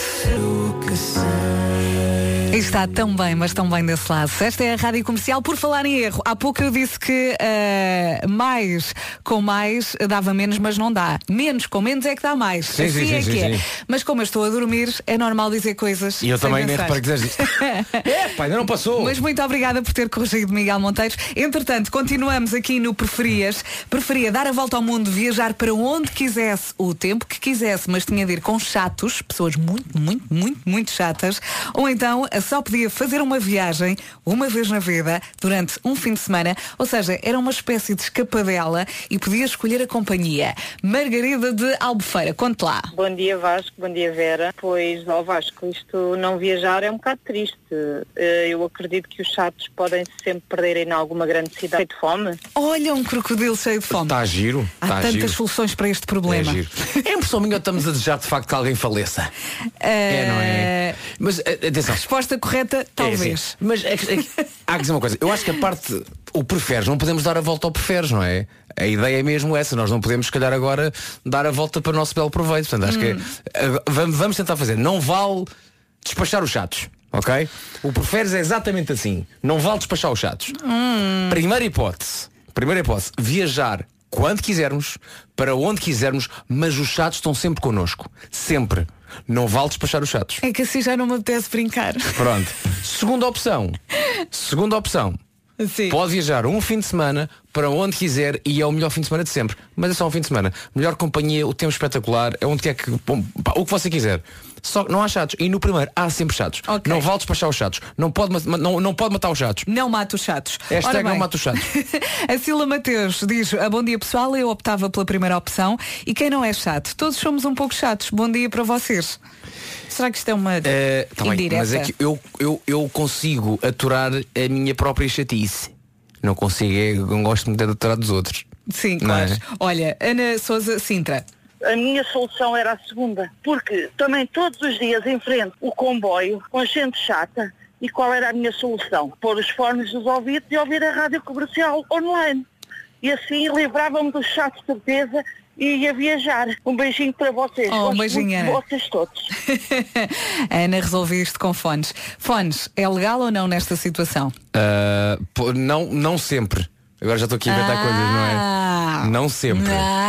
E está tão bem, mas tão bem desse lado. Esta é a Rádio Comercial. Por falar em erro, há pouco eu disse que mais com mais dava menos, mas não dá. Menos com menos é que dá mais. Sim, assim sim, é sim, que é. sim. Mas como eu estou a dormir, é normal dizer coisas. E eu sem também nem pensar. reparo que dizes isso. Ainda não passou. Mas muito obrigada por ter corrigido, Miguel Monteiro. Entretanto, continuamos aqui no Preferias. Preferia dar a volta ao mundo, viajar para onde quisesse, o tempo que quisesse, mas tinha de ir com chatos, pessoas muito chatas, ou então só podia fazer uma viagem uma vez na vida durante um fim de semana, ou seja, era uma espécie de escapadela e podia escolher a companhia. Margarida de Albufeira, conte lá. Bom dia, Vasco, bom dia, Vera. Pois, Vasco, isto não viajar é um bocado triste. Eu acredito que os chatos podem sempre perderem em alguma grande cidade cheio de fome. Olha, um crocodilo cheio de fome. Está giro. Há tantas soluções para este problema. É giro. É impressão minha, estamos a desejar de facto que alguém faleça. É, não é? Mas atenção. Resposta correta, talvez. Sim. Mas há que dizer uma coisa. Eu acho que a parte, o preferes, não podemos dar a volta ao preferes, não é? A ideia é mesmo essa. Nós não podemos, se calhar, agora dar a volta para o nosso belo proveito. Portanto, acho que vamos tentar fazer. Não vale despachar os chatos. Ok? O preferes é exatamente assim. Não vale despachar os chatos. Primeira hipótese, viajar quando quisermos, para onde quisermos, mas os chatos estão sempre connosco. Sempre. Não vale despachar os chatos. É que assim já não me apetece brincar. Pronto. Segunda opção. Sim. Pode viajar um fim de semana para onde quiser e é o melhor fim de semana de sempre. Mas é só um fim de semana. Melhor companhia, o tempo espetacular, é onde quer que. O que você quiser. Só não há chatos. E no primeiro há sempre chatos. Okay. Não vale despachar os chatos. Não pode matar os chatos. Não mata os chatos. Hashtag não mata os chatos. A Sila Mateus diz: bom dia pessoal, eu optava pela primeira opção. E quem não é chato? Todos somos um pouco chatos. Bom dia para vocês. Será que isto é uma indireta? Mas é que eu consigo aturar a minha própria chatice. Não consigo, não gosto muito de aturar dos outros. Sim, claro. Olha, Ana Sousa Sintra. A minha solução era a segunda, porque também todos os dias enfrento o comboio com gente chata. E qual era a minha solução? Pôr os fones nos ouvidos e ouvir a Rádio Comercial online. E assim livrava-me do chato de certeza e ia viajar. Um beijinho para vocês. Um beijinho, Ana. Vocês todos. A Ana resolveu isto com fones. Fones, é legal ou não nesta situação? Não sempre. Agora já estou aqui a inventar coisas, não é? Não sempre.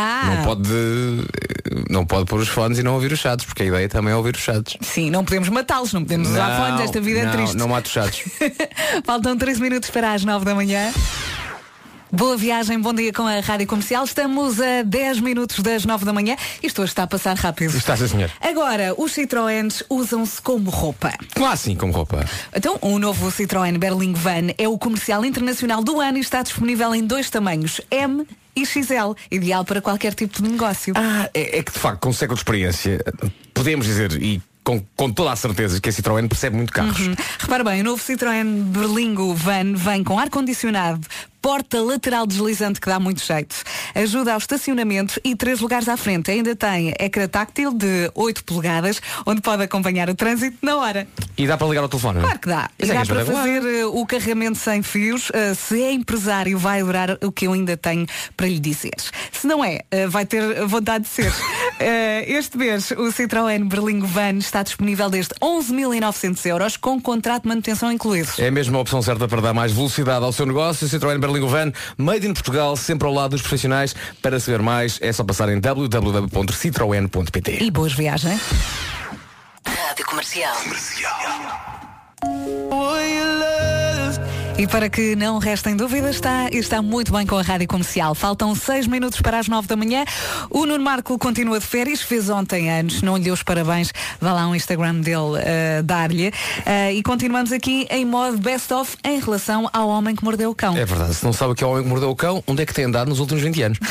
Não pode pôr os fones e não ouvir os chatos, porque a ideia também é ouvir os chatos. Sim, não podemos matá-los, não podemos usar fones, esta vida é triste. Não mato os chatos. Faltam 13 minutos para as 9 da manhã. Boa viagem, bom dia com a Rádio Comercial. Estamos a 10 minutos das 9 da manhã. Isto hoje está a passar rápido. Está, sim, senhor. Agora, os Citroëns usam-se como roupa. Como assim, como roupa? Então, o novo Citroën Berlingo Van é o comercial internacional do ano e está disponível em 2 tamanhos, M e XL, ideal para qualquer tipo de negócio. É que de facto, com um século de experiência, podemos dizer, e com toda a certeza, que a Citroën percebe muito carros. Repara bem, o novo Citroën Berlingo Van vem com ar-condicionado, porta lateral deslizante que dá muito jeito, ajuda ao estacionamento e 3 lugares à frente. Ainda tem ecrã táctil de 8 polegadas, onde pode acompanhar o trânsito na hora. E dá para ligar ao telefone? Claro que dá. E dá para fazer o carregamento sem fios. Se é empresário, vai adorar o que eu ainda tenho para lhe dizer. Se não é, vai ter vontade de ser. Este mês, o Citroën Berlingo Van está disponível desde 11.900 euros, com contrato de manutenção incluído. É mesmo a opção certa para dar mais velocidade ao seu negócio. Citroën Berlingo Van, made in Portugal, sempre ao lado dos profissionais. Para saber mais, é só passar em www.citroen.pt. E boas viagens. Rádio Comercial. E para que não restem dúvidas, está muito bem com a Rádio Comercial. Faltam 6 minutos para as 9 da manhã. O Nuno Marco continua de férias, fez ontem anos, não lhe deu os parabéns. Vá lá ao Instagram dele dar-lhe. E continuamos aqui em modo best-of em relação ao Homem que Mordeu o Cão. É verdade, se não sabe o que é o Homem que Mordeu o Cão, onde é que tem andado nos últimos 20 anos?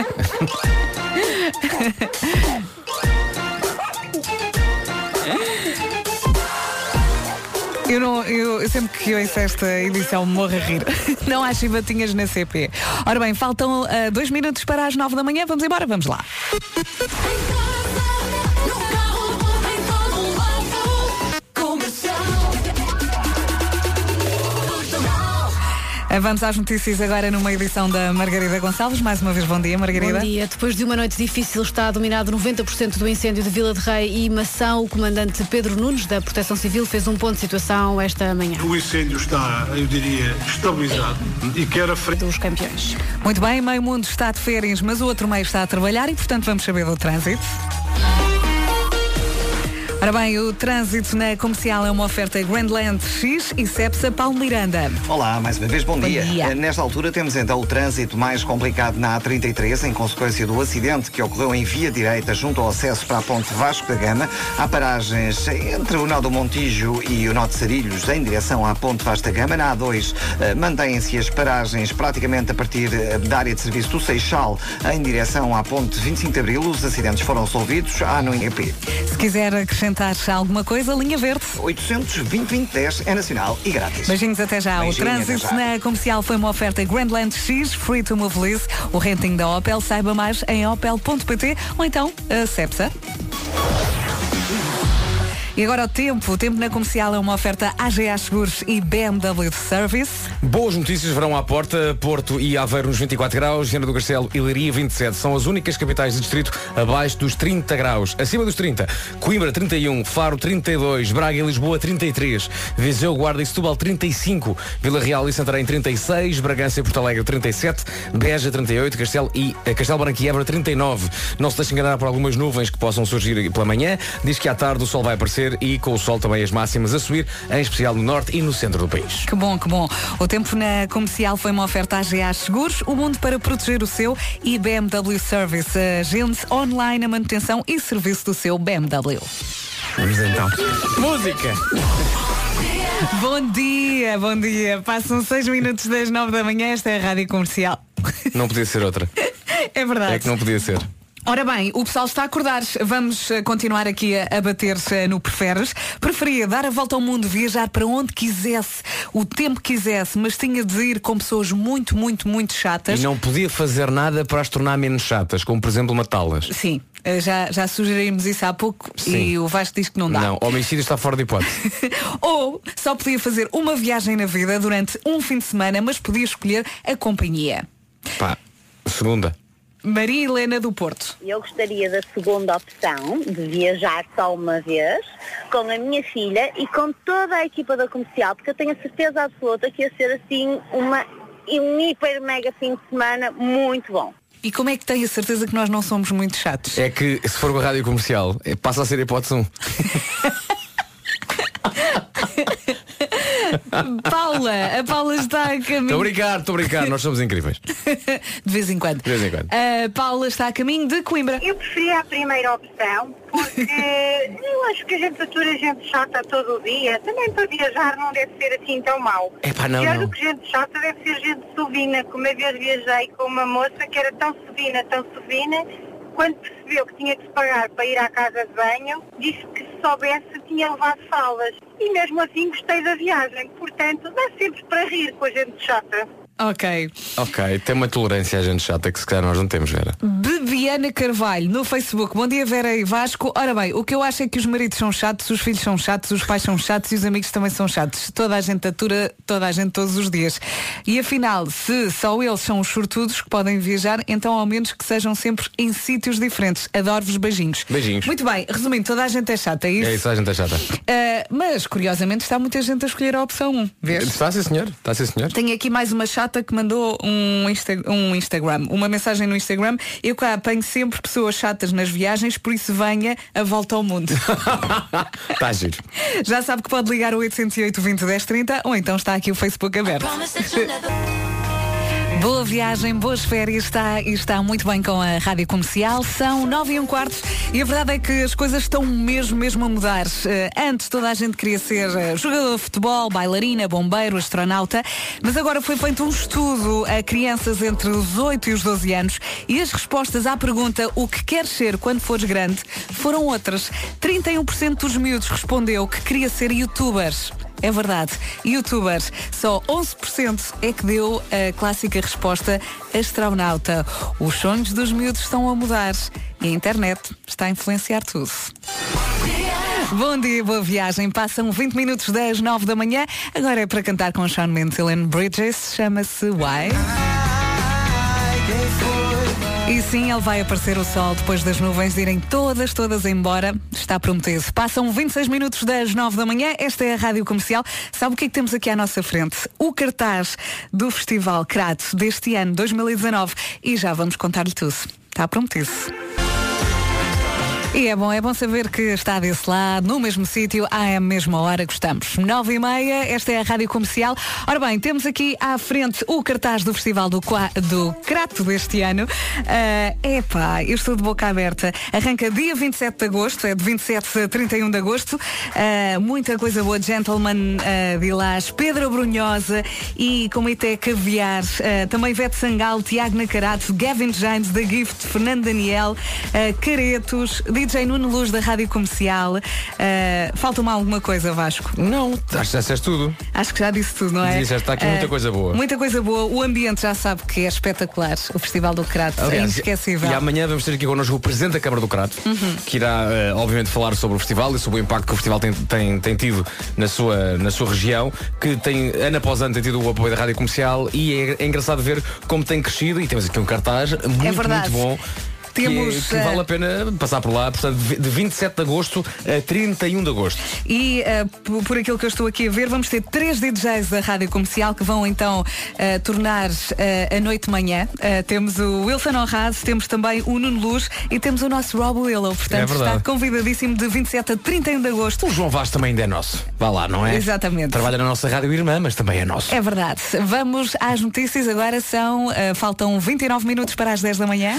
Eu sempre que ouço esta edição morro a rir. Não há chibatinhas na CP. Ora bem, faltam 2 minutos para as 9 da manhã. Vamos embora, vamos lá. Vamos às notícias agora numa edição da Margarida Gonçalves. Mais uma vez, bom dia, Margarida. Bom dia. Depois de uma noite difícil, está dominado 90% do incêndio de Vila de Rei e Mação. O comandante Pedro Nunes, da Proteção Civil, fez um ponto de situação esta manhã. O incêndio está, eu diria, estabilizado e quer a frente dos campeões. Muito bem, meio mundo está de férias, mas o outro meio está a trabalhar e, portanto, vamos saber do trânsito. Ora bem, o trânsito na Comercial é uma oferta Grandland X e Cepsa Paulo Miranda. Olá, mais uma vez, bom dia. Dia. Nesta altura temos então o trânsito mais complicado na A33, em consequência do acidente que ocorreu em via direita junto ao acesso para a ponte Vasco da Gama. Há paragens entre o nó do Montijo e o nó de Sarilhos em direção à ponte Vasco da Gama. Na A2 mantêm-se as paragens praticamente a partir da área de serviço do Seixal em direção à ponte 25 de Abril. Os acidentes foram resolvidos. Há no INEP. Se quiser acrescentar alguma coisa, linha verde. 800-2020-10 é nacional e grátis. Beijinhos, até já. Beijinhos, o trânsito até já. na Comercial foi uma oferta Grandland X, Free to Move Lease, o renting da Opel. Saiba mais em opel.pt ou então a Cepsa. E agora o tempo na Comercial é uma oferta AGA Seguros e BMW Service. Boas notícias verão à porta. Porto e Aveiro nos 24 graus, Viana do Castelo e Leiria 27. São as únicas capitais de distrito abaixo dos 30 graus. Acima dos 30, Coimbra 31, Faro 32, Braga e Lisboa 33, Viseu, Guarda e Setúbal 35, Vila Real e Santarém 36, Bragança e Porto Alegre 37, Beja 38, Castelo Branco e Évora 39. Não se deixe enganar por algumas nuvens que possam surgir pela manhã. Diz que à tarde o sol vai aparecer e com o sol também as máximas a subir, em especial no norte e no centro do país. Que bom, que bom. O tempo na Comercial foi uma oferta AGA Seguros, o mundo para proteger o seu, e BMW Service, agente online a manutenção e serviço do seu BMW. Vamos então. Música! Bom dia, bom dia. Passam 6 minutos das 9 da manhã, esta é a Rádio Comercial. Não podia ser outra. É verdade. É que não podia ser. Ora bem, o pessoal está a acordar. Vamos continuar aqui a bater-se no preferes. Preferia dar a volta ao mundo, viajar para onde quisesse, o tempo que quisesse, mas tinha de ir com pessoas muito, muito, muito chatas. E não podia fazer nada para as tornar menos chatas, como por exemplo matá-las. Sim, já sugerimos isso há pouco. Sim. E o Vasco diz que não dá. Não, o homicídio está fora de hipótese. Ou só podia fazer uma viagem na vida durante um fim de semana, mas podia escolher a companhia. Pá, segunda. Maria Helena do Porto. Eu gostaria da segunda opção, de viajar só uma vez, com a minha filha e com toda a equipa da Comercial, porque eu tenho a certeza absoluta que ia ser assim um hiper mega fim de semana muito bom. E como é que tem a certeza que nós não somos muito chatos? É que se for com a Rádio Comercial, passa a ser a hipótese 1. A Paula está a caminho. Estou a brincar, nós somos incríveis. De vez em quando. A Paula está a caminho de Coimbra. Eu preferia a primeira opção, porque eu acho que a gente atura gente chata todo o dia. Também para viajar não deve ser assim tão mau. Pior do que gente chata deve ser gente sovina. Como uma vez viajei com uma moça que era tão sovina, quando percebeu que tinha que se pagar para ir à casa de banho, disse que se soubesse tinha levado falas. E mesmo assim gostei da viagem. Portanto, dá sempre para rir com a gente chata. Ok, tem uma tolerância à gente chata que se calhar nós não temos, Vera. Bebiana Carvalho, no Facebook. Bom dia, Vera e Vasco. Ora bem, o que eu acho é que os maridos são chatos, os filhos são chatos, os pais são chatos e os amigos também são chatos. Toda a gente atura, toda a gente todos os dias. E afinal, se só eles são os sortudos que podem viajar, então ao menos que sejam sempre em sítios diferentes. Adoro-vos, beijinhos. Beijinhos. Muito bem, resumindo, toda a gente é chata, é isso? É isso, a gente é chata. Mas, curiosamente, está muita gente a escolher a opção 1. Vês? Está sim, senhor. Tenho aqui mais uma chata chata que mandou um Instagram, uma mensagem no Instagram. Eu cá apanho sempre pessoas chatas nas viagens, por isso venha a volta ao mundo. Tá giro. Já sabe que pode ligar o 808 20 10 30 ou então está aqui o Facebook aberto. Boa viagem, boas férias, está muito bem com a Rádio Comercial. São 9:15 e a verdade é que as coisas estão mesmo a mudar. Antes toda a gente queria ser jogador de futebol, bailarina, bombeiro, astronauta, mas agora foi feito um estudo a crianças entre os 8 e os 12 anos e as respostas à pergunta o que queres ser quando fores grande foram outras. 31% dos miúdos respondeu que queria ser youtubers. É verdade, youtubers. Só 11% é que deu a clássica resposta astronauta. Os sonhos dos miúdos estão a mudar e a internet está a influenciar tudo. Bom dia, boa viagem. Passam 20 minutos das 9 da manhã. Agora é para cantar com Shawn Mendes e Ellen Bridges. Chama-se Why. E sim, ele vai aparecer o sol depois das nuvens irem todas embora. Está prometido. Passam 26 minutos das 9 da manhã. Esta é a Rádio Comercial. Sabe o que é que temos aqui à nossa frente? O cartaz do Festival Crato deste ano, 2019. E já vamos contar-lhe tudo. Está prometido. E é bom saber que está desse lado, no mesmo sítio, à mesma hora, gostamos. 9:30, esta é a Rádio Comercial. Ora bem, temos aqui à frente o cartaz do Festival do Crato deste ano. Eu estou de boca aberta. Arranca dia 27 de agosto, é de 27 a 31 de agosto. Muita coisa boa, Gentleman, Dilás, Pedro Brunhosa e Comitê Caviar. Também Vete Sangal, Tiago Nacarato, Gavin James, The Gift, Fernando Daniel, Caretos, DJ Nuno Luz da Rádio Comercial. Falta-me alguma coisa, Vasco? Não, acho que já disseste tudo. Acho que já disse tudo, não é? Está aqui muita coisa boa. Muita coisa boa. O ambiente já sabe que é espetacular. O Festival do Crato é inesquecível. E amanhã vamos ter aqui connosco o Presidente da Câmara do Crato, que irá, obviamente, falar sobre o festival e sobre o impacto que o festival tem tido na sua região, que tem, ano após ano, tem tido o apoio da Rádio Comercial e é engraçado ver como tem crescido e temos aqui um cartaz muito bom. Temos, que vale a pena passar por lá, portanto, de 27 de agosto a 31 de agosto. E por aquilo que eu estou aqui a ver, vamos ter 3 DJs da Rádio Comercial que vão então tornar a noite manhã. Temos o Wilson Honrado, temos também o Nuno Luz e temos o nosso Rob Willow. Portanto, está convidadíssimo de 27 a 31 de agosto. O João Vaz também ainda é nosso. Vá lá, não é? Exatamente. Trabalha na nossa rádio irmã, mas também é nosso. É verdade. Vamos às notícias. Agora faltam 29 minutos para as 10 da manhã.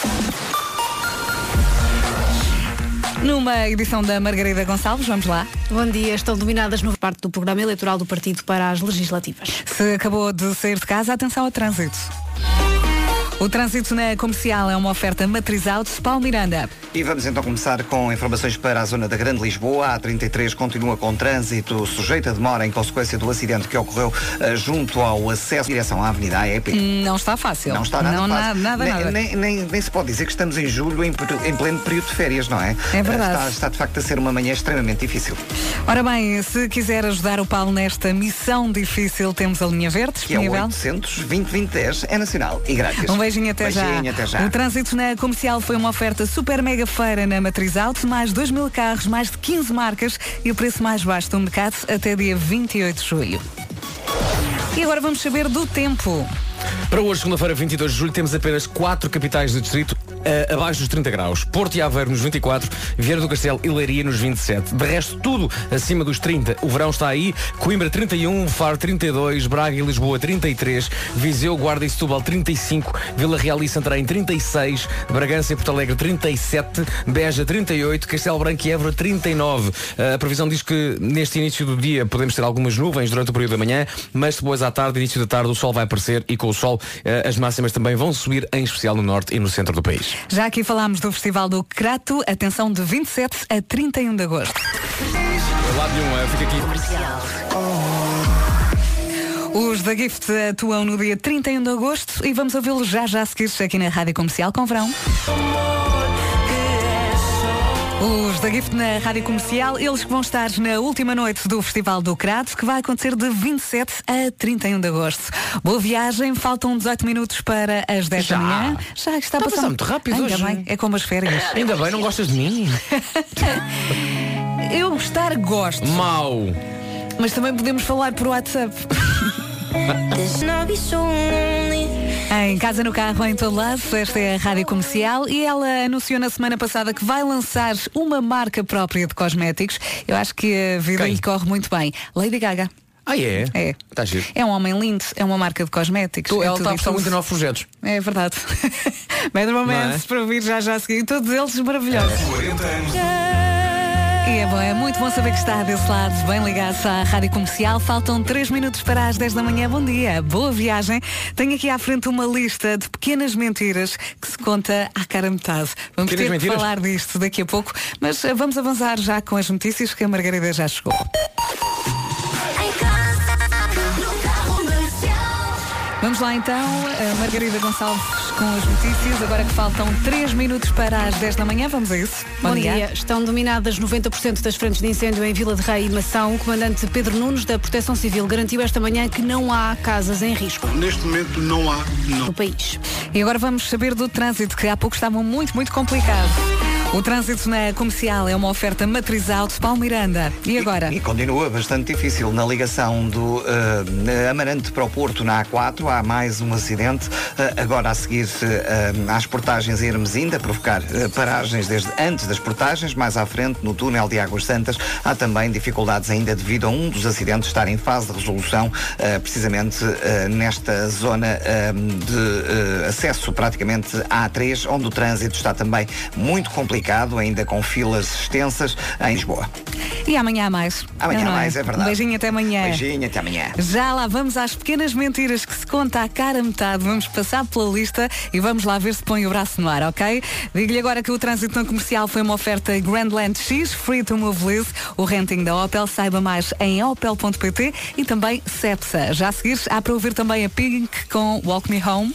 Numa edição da Margarida Gonçalves, vamos lá. Bom dia, estão dominadas no parte do programa eleitoral do partido para as legislativas. Se acabou de sair de casa, atenção ao trânsito. O trânsito na Comercial é uma oferta Matriz Auto, Paulo Miranda. E vamos então começar com informações para a zona da Grande Lisboa. A A33 continua com trânsito sujeito a demora em consequência do acidente que ocorreu junto ao acesso em direção à Avenida AEP. Não está fácil. Não está nada fácil. Nada. Nem se pode dizer que estamos em julho em pleno período de férias, não é? É verdade. Está de facto a ser uma manhã extremamente difícil. Ora bem, se quiser ajudar o Paulo nesta missão difícil, temos a linha verde disponível. Que é o 800 20 20 10, é nacional e grátis. Um beijinho até já. O trânsito na Comercial foi uma oferta super mega feira na Matriz Auto, mais 2.000 carros, mais de 15 marcas e o preço mais baixo do mercado até dia 28 de julho. E agora vamos saber do tempo. Para hoje, segunda-feira, 22 de julho, temos apenas 4 capitais do distrito abaixo dos 30 graus. Porto e Aveiro nos 24, Viana do Castelo e Leiria nos 27. De resto, tudo acima dos 30. O verão está aí. Coimbra 31, Faro 32, Braga e Lisboa 33, Viseu, Guarda e Setúbal 35, Vila Real e Santarém 36, Bragança e Porto Alegre 37, Beja 38, Castelo Branco e Évora 39. A previsão diz que neste início do dia podemos ter algumas nuvens durante o período da manhã, mas depois à tarde, início da tarde, o sol vai aparecer e com o sol as máximas também vão subir, em especial no norte e no centro do país. Já aqui falámos do Festival do Crato, atenção, de 27 a 31 de agosto. Lá nenhum, fica aqui. Os da Gift atuam no dia 31 de agosto e vamos ouvi-los já a seguir aqui na Rádio Comercial com verão. Os da Gift na Rádio Comercial, eles que vão estar na última noite do Festival do Crato, que vai acontecer de 27 a 31 de agosto. Boa viagem, faltam 18 minutos para as 10 da manhã. Já está a passar muito rápido hoje. Ainda bem, é como as férias. Ainda bem, não gostas de mim? Eu gostar, gosto. Mau. Mas também podemos falar por WhatsApp. Em casa, no carro, em todo lado, esta é a Rádio Comercial e ela anunciou na semana passada que vai lançar uma marca própria de cosméticos. Eu acho que a vida lhe corre muito bem. Lady Gaga. Ah, é? É. Tá giro. É um homem lindo, é uma marca de cosméticos. Ela está a apostar muito em novos projetos. É verdade. Bad Romance para ouvir já a seguir. Todos eles maravilhosos. 40 anos. E é bom, é muito bom saber que está desse lado, bem ligado à Rádio Comercial. Faltam 3 minutos para as 10 da manhã. Bom dia, boa viagem. Tenho aqui à frente uma lista de pequenas mentiras que se conta à cara metade. Vamos ter que falar disto daqui a pouco, mas vamos avançar já com as notícias que a Margarida já chegou. Vamos lá então, a Margarida Gonçalves com as notícias, agora que faltam 3 minutos para as 10 da manhã, vamos a isso. Bom dia. Estão dominadas 90% das frentes de incêndio em Vila de Rei e Mação. O comandante Pedro Nunes, da Proteção Civil, garantiu esta manhã que não há casas em risco. Neste momento não há, no país. E agora vamos saber do trânsito, que há pouco estava muito complicado. O trânsito na Comercial é uma oferta Matriz Auto Paulo Miranda. E agora? E continua bastante difícil. Na ligação do Amarante para o Porto, na A4, há mais um acidente. Agora a seguir às portagens em Hermesinda, a provocar paragens desde antes das portagens. Mais à frente, no túnel de Águas Santas, há também dificuldades ainda devido a um dos acidentes estar em fase de resolução, precisamente nesta zona de acesso praticamente à A3, onde o trânsito está também muito complicado, ainda com filas extensas em Lisboa. E amanhã há mais. Amanhã há mais, é verdade. Um beijinho até amanhã. Beijinho até amanhã. Já lá vamos às pequenas mentiras que se conta à cara metade. Vamos passar pela lista e vamos lá ver se põe o braço no ar, ok? Digo-lhe agora que o trânsito na Comercial foi uma oferta Grandland X, Free to Move Liz, o renting da Opel. Saiba mais em opel.pt e também Cepsa. Já a seguir, há para ouvir também a Pink com Walk Me Home.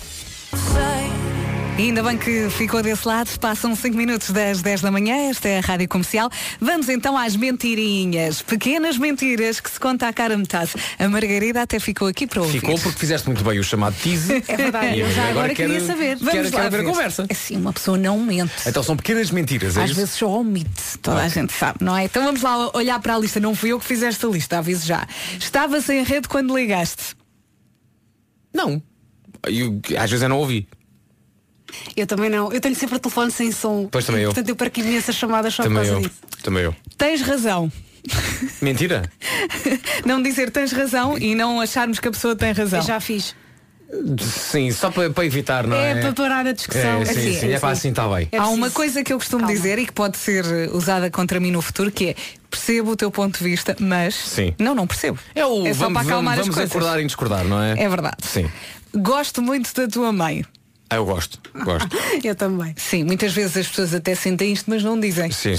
E ainda bem que ficou desse lado. Passam 5 minutos das 10 da manhã. Esta é a Rádio Comercial. Vamos então às mentirinhas. Pequenas mentiras que se conta à cara metade. A Margarida até ficou aqui para ouvir. Ficou porque fizeste muito bem o chamado tease. É verdade. Eu já agora queria saber. Quero ver a conversa. Assim, uma pessoa não mente. Então são pequenas mentiras, é às vezes só omite. Toda a gente sabe, não é? Então vamos lá olhar para a lista. Não fui eu que fiz esta lista, aviso já. Estava sem rede quando ligaste? Não. Às vezes eu não ouvi. Eu também não. Eu tenho sempre o telefone sem som. Pois também eu. Portanto, eu perco imensas chamadas só por causa disso. Também eu. Tens razão. Mentira? Não dizer tens razão e não acharmos que a pessoa tem razão. Eu já fiz. Sim, só para evitar, não é? É para parar a discussão. Sim, é para assim está bem. Há uma coisa que eu costumo dizer e que pode ser usada contra mim no futuro, que é: percebo o teu ponto de vista, mas sim. Não percebo. É só para acalmar as coisas. Vamos acordar e discordar, não é? É verdade. Sim. Gosto muito da tua mãe. Eu gosto. Eu também. Sim, muitas vezes as pessoas até sentem isto, mas não dizem. Sim.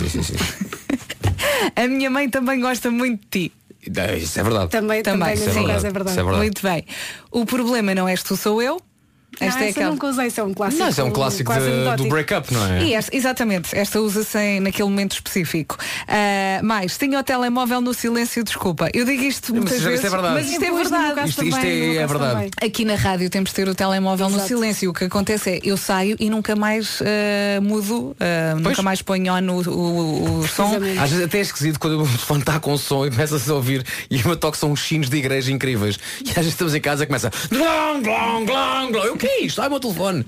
A minha mãe também gosta muito de ti. Isso é verdade. Também isso é verdade. Muito bem. O problema não és tu, sou eu. Esta é nunca usei, isso é um clássico. Não, isso é um clássico do break-up, não é? E exatamente, esta usa-se naquele momento específico. Mais, tinha o telemóvel no silêncio, desculpa. Eu digo isto muitas vezes, mas isto é verdade. Isto é verdade. Aqui na rádio temos de ter o telemóvel no silêncio. O que acontece é, eu saio e nunca mais mudo, nunca mais ponho o som. Às vezes até é esquisito quando o telefone está com som e começa-se a ouvir e o meu toque são uns sinos de igreja incríveis. E às vezes estamos em casa e começa glong, glong, glong, glong. O que é isto? Ai, o meu telefone.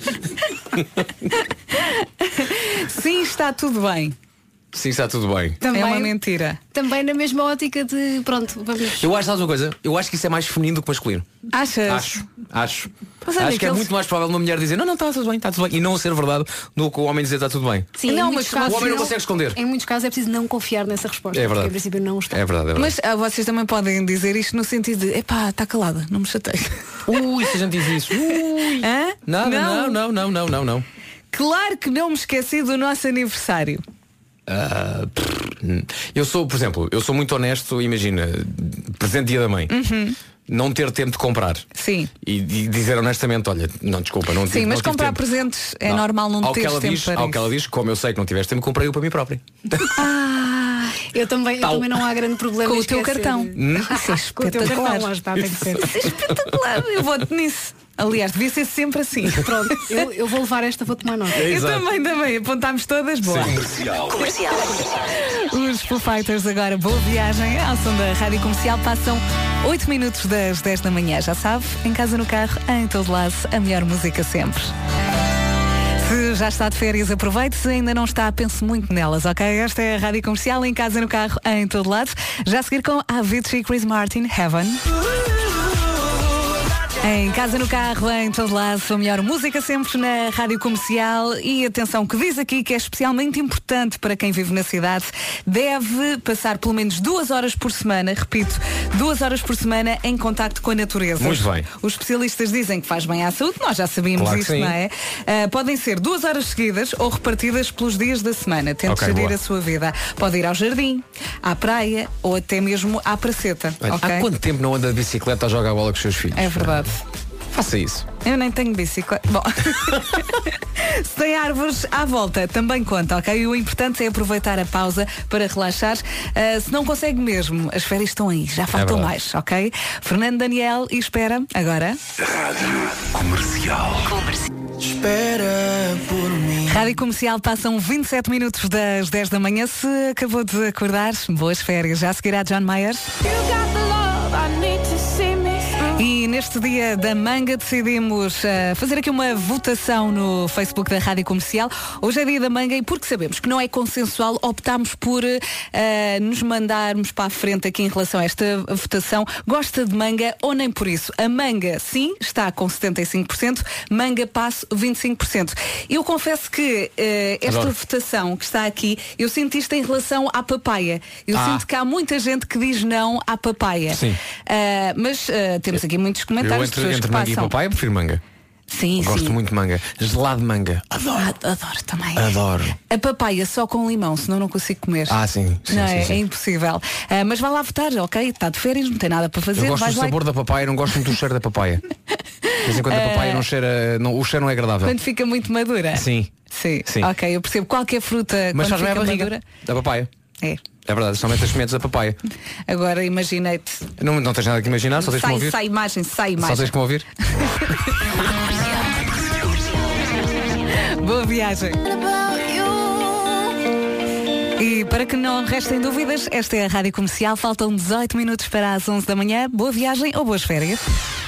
Sim, está tudo bem. Sim, está tudo bem. Também, é uma mentira. Também na mesma ótica de pronto, vamos. Eu acho, sabes uma coisa? Eu acho que isso é mais feminino do que masculino. Achas? Acho que é muito mais provável uma mulher dizer não, está tudo bem, está tudo bem. E não ser verdade do que o homem dizer está tudo bem. Sim, não, mas o homem não consegue esconder. Em muitos casos é preciso não confiar nessa resposta. É verdade. Porque, em princípio não está. É verdade. Mas vocês também podem dizer isto no sentido de epá, está calada, não me chatei. Se a gente diz isso. Hã? Não. Claro que não me esqueci do nosso aniversário. Eu sou, por exemplo, muito honesto. Imagina, presente dia da mãe, não ter tempo de comprar. Sim. E dizer honestamente, olha, não, desculpa, não tive. Sim, mas não comprar tempo. Presentes é normal não ter tempo para isso. Ao que ela diz, como eu sei que não tiveste tempo, comprei-o para mim própria. Eu também não há grande problema com o teu cartão. Isso é espetacular. Com o teu cartão, lá está, tem que ser. Isso é espetacular, eu voto nisso. Aliás, devia ser sempre assim. Pronto, eu vou levar esta, vou tomar nota. Eu também, apontámos todas, boa. Comercial. os Foo Fighters agora. Boa viagem ao som da Rádio Comercial. Passam 8 minutos das 10 da manhã. Já sabe, em casa, no carro, em todo lado, a melhor música sempre. Se já está de férias, aproveite. Se ainda não está, pense muito nelas, ok? Esta é a Rádio Comercial, em casa, no carro, em todo lado. Já a seguir com Avicii e Chris Martin, Heaven. Em casa, no carro, em todo lado, a melhor música sempre na Rádio Comercial. E atenção, que diz aqui que é especialmente importante para quem vive na cidade. Deve passar pelo menos 2 horas por semana, repito, 2 horas por semana em contacto com a natureza. Muito bem. Os especialistas dizem que faz bem à saúde, nós já sabíamos claro isto, não é? Podem ser 2 horas seguidas ou repartidas pelos dias da semana. Tente gerir a sua vida. Pode ir ao jardim, à praia ou até mesmo à praceta. Há quanto tempo não anda de bicicleta a jogar a bola com os seus filhos? É verdade. Faça isso. Eu nem tenho bicicleta. Bom, se tem árvores à volta, também conta, ok? O importante é aproveitar a pausa para relaxar. Se não consegue mesmo, as férias estão aí, já faltam mais, ok? Fernando Daniel e espera agora. Rádio Comercial. Espera por mim. Rádio Comercial, passam 27 minutos das 10 da manhã. Se acabou de acordar, boas férias. Já seguirá John Mayer. E neste dia da manga decidimos fazer aqui uma votação no Facebook da Rádio Comercial. Hoje é dia da manga e porque sabemos que não é consensual, optámos por nos mandarmos para a frente aqui em relação a esta votação. Gosta de manga ou nem por isso? A manga, sim, está com 75%, manga passo 25%. Eu confesso que esta votação que está aqui, eu sinto isto em relação à papaya. Eu sinto que há muita gente que diz não à papaya. Sim. Mas temos aqui muitos comentários. Eu entre manga e papaya prefiro manga. Sim, Gosto muito de manga. Gelado de manga. Adoro também. Adoro. A papaya só com limão, senão não consigo comer. Sim. Não é impossível. Mas vá lá votar, ok? Está de férias, não tem nada para fazer. Eu gosto do sabor da papaya, não gosto muito do cheiro da papaya. De vez em quando a papaya não cheira, o cheiro não é agradável. Quando fica muito madura. Sim. Ok, eu percebo. Qualquer fruta, mas quando faz bem fica a barriga madura, da papaya. É verdade, somente as sementes da papaya. Agora imaginei-te. Não tens nada que imaginar, só tens que me ouvir. Sai imagem. Só tens que me ouvir. Boa viagem. E para que não restem dúvidas, esta é a Rádio Comercial. Faltam 18 minutos para as 11 da manhã. Boa viagem ou boas férias?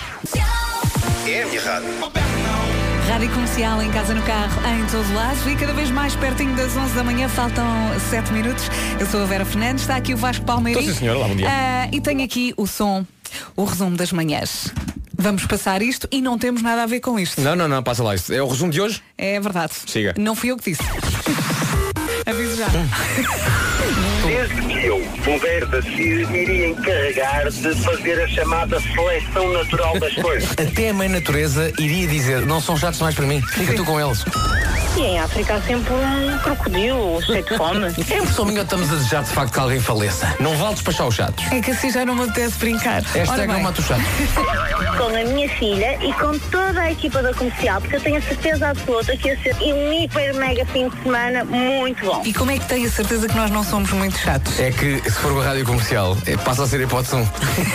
É a minha rádio. Rádio Comercial, em casa, no carro, em todo lado. E cada vez mais pertinho das 11 da manhã, faltam 7 minutos. Eu sou a Vera Fernandes, está aqui o Vasco Palmeirim. Estou sim, senhora. Olá, bom dia. E tenho aqui o som, o resumo das manhãs. Vamos passar isto e não temos nada a ver com isto. Não, passa lá isto. É o resumo de hoje? É verdade. Siga. Não fui eu que disse. Aviso já. Desde que eu puder decidir, iria encarregar de fazer a chamada seleção natural das coisas. Até a mãe natureza iria dizer, não são chatos mais para mim, fica tu com eles. E em África há sempre um crocodilo cheio de fome. É impressão minha, estamos a desejar de facto que alguém faleça. Não vale despachar os chatos. É que assim já não me apetece brincar. Hashtag não mata o chato. Com a minha filha e com toda a equipa da comercial, porque eu tenho a certeza absoluta que ia ser um hiper mega fim de semana muito bom. E como é que tem a certeza que nós não somos muito chatos? É que se for uma rádio comercial, passa a ser a hipótese 1.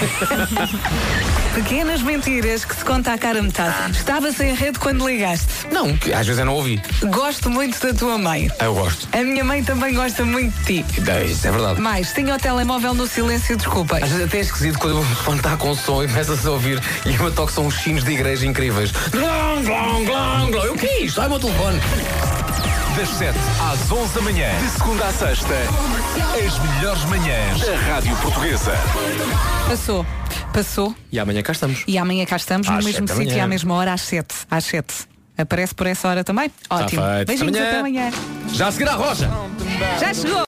Pequenas mentiras que se conta à cara metade. Estava sem rede quando ligaste. Não, que às vezes eu não ouvi. Gosto muito da tua mãe. Eu gosto. A minha mãe também gosta muito de ti. Isso é verdade. Mais, tinha o telemóvel no silêncio, desculpa. Às vezes até é esquisito quando o telefone está com som e começa-se a ouvir e eu toco são uns sinos de igreja incríveis. Glong, glong, glong, glong. O que é isto? Ai, o meu telefone. Das 7 às 11 da manhã, de segunda à sexta, as melhores manhãs da Rádio Portuguesa. Passou. E amanhã cá estamos. E amanhã cá estamos, no mesmo sítio e à mesma hora, às 7. Às 7. Aparece por essa hora também? Ótimo. Tá feito. Beijinhos, até amanhã. Já a seguir à Roja. Já chegou.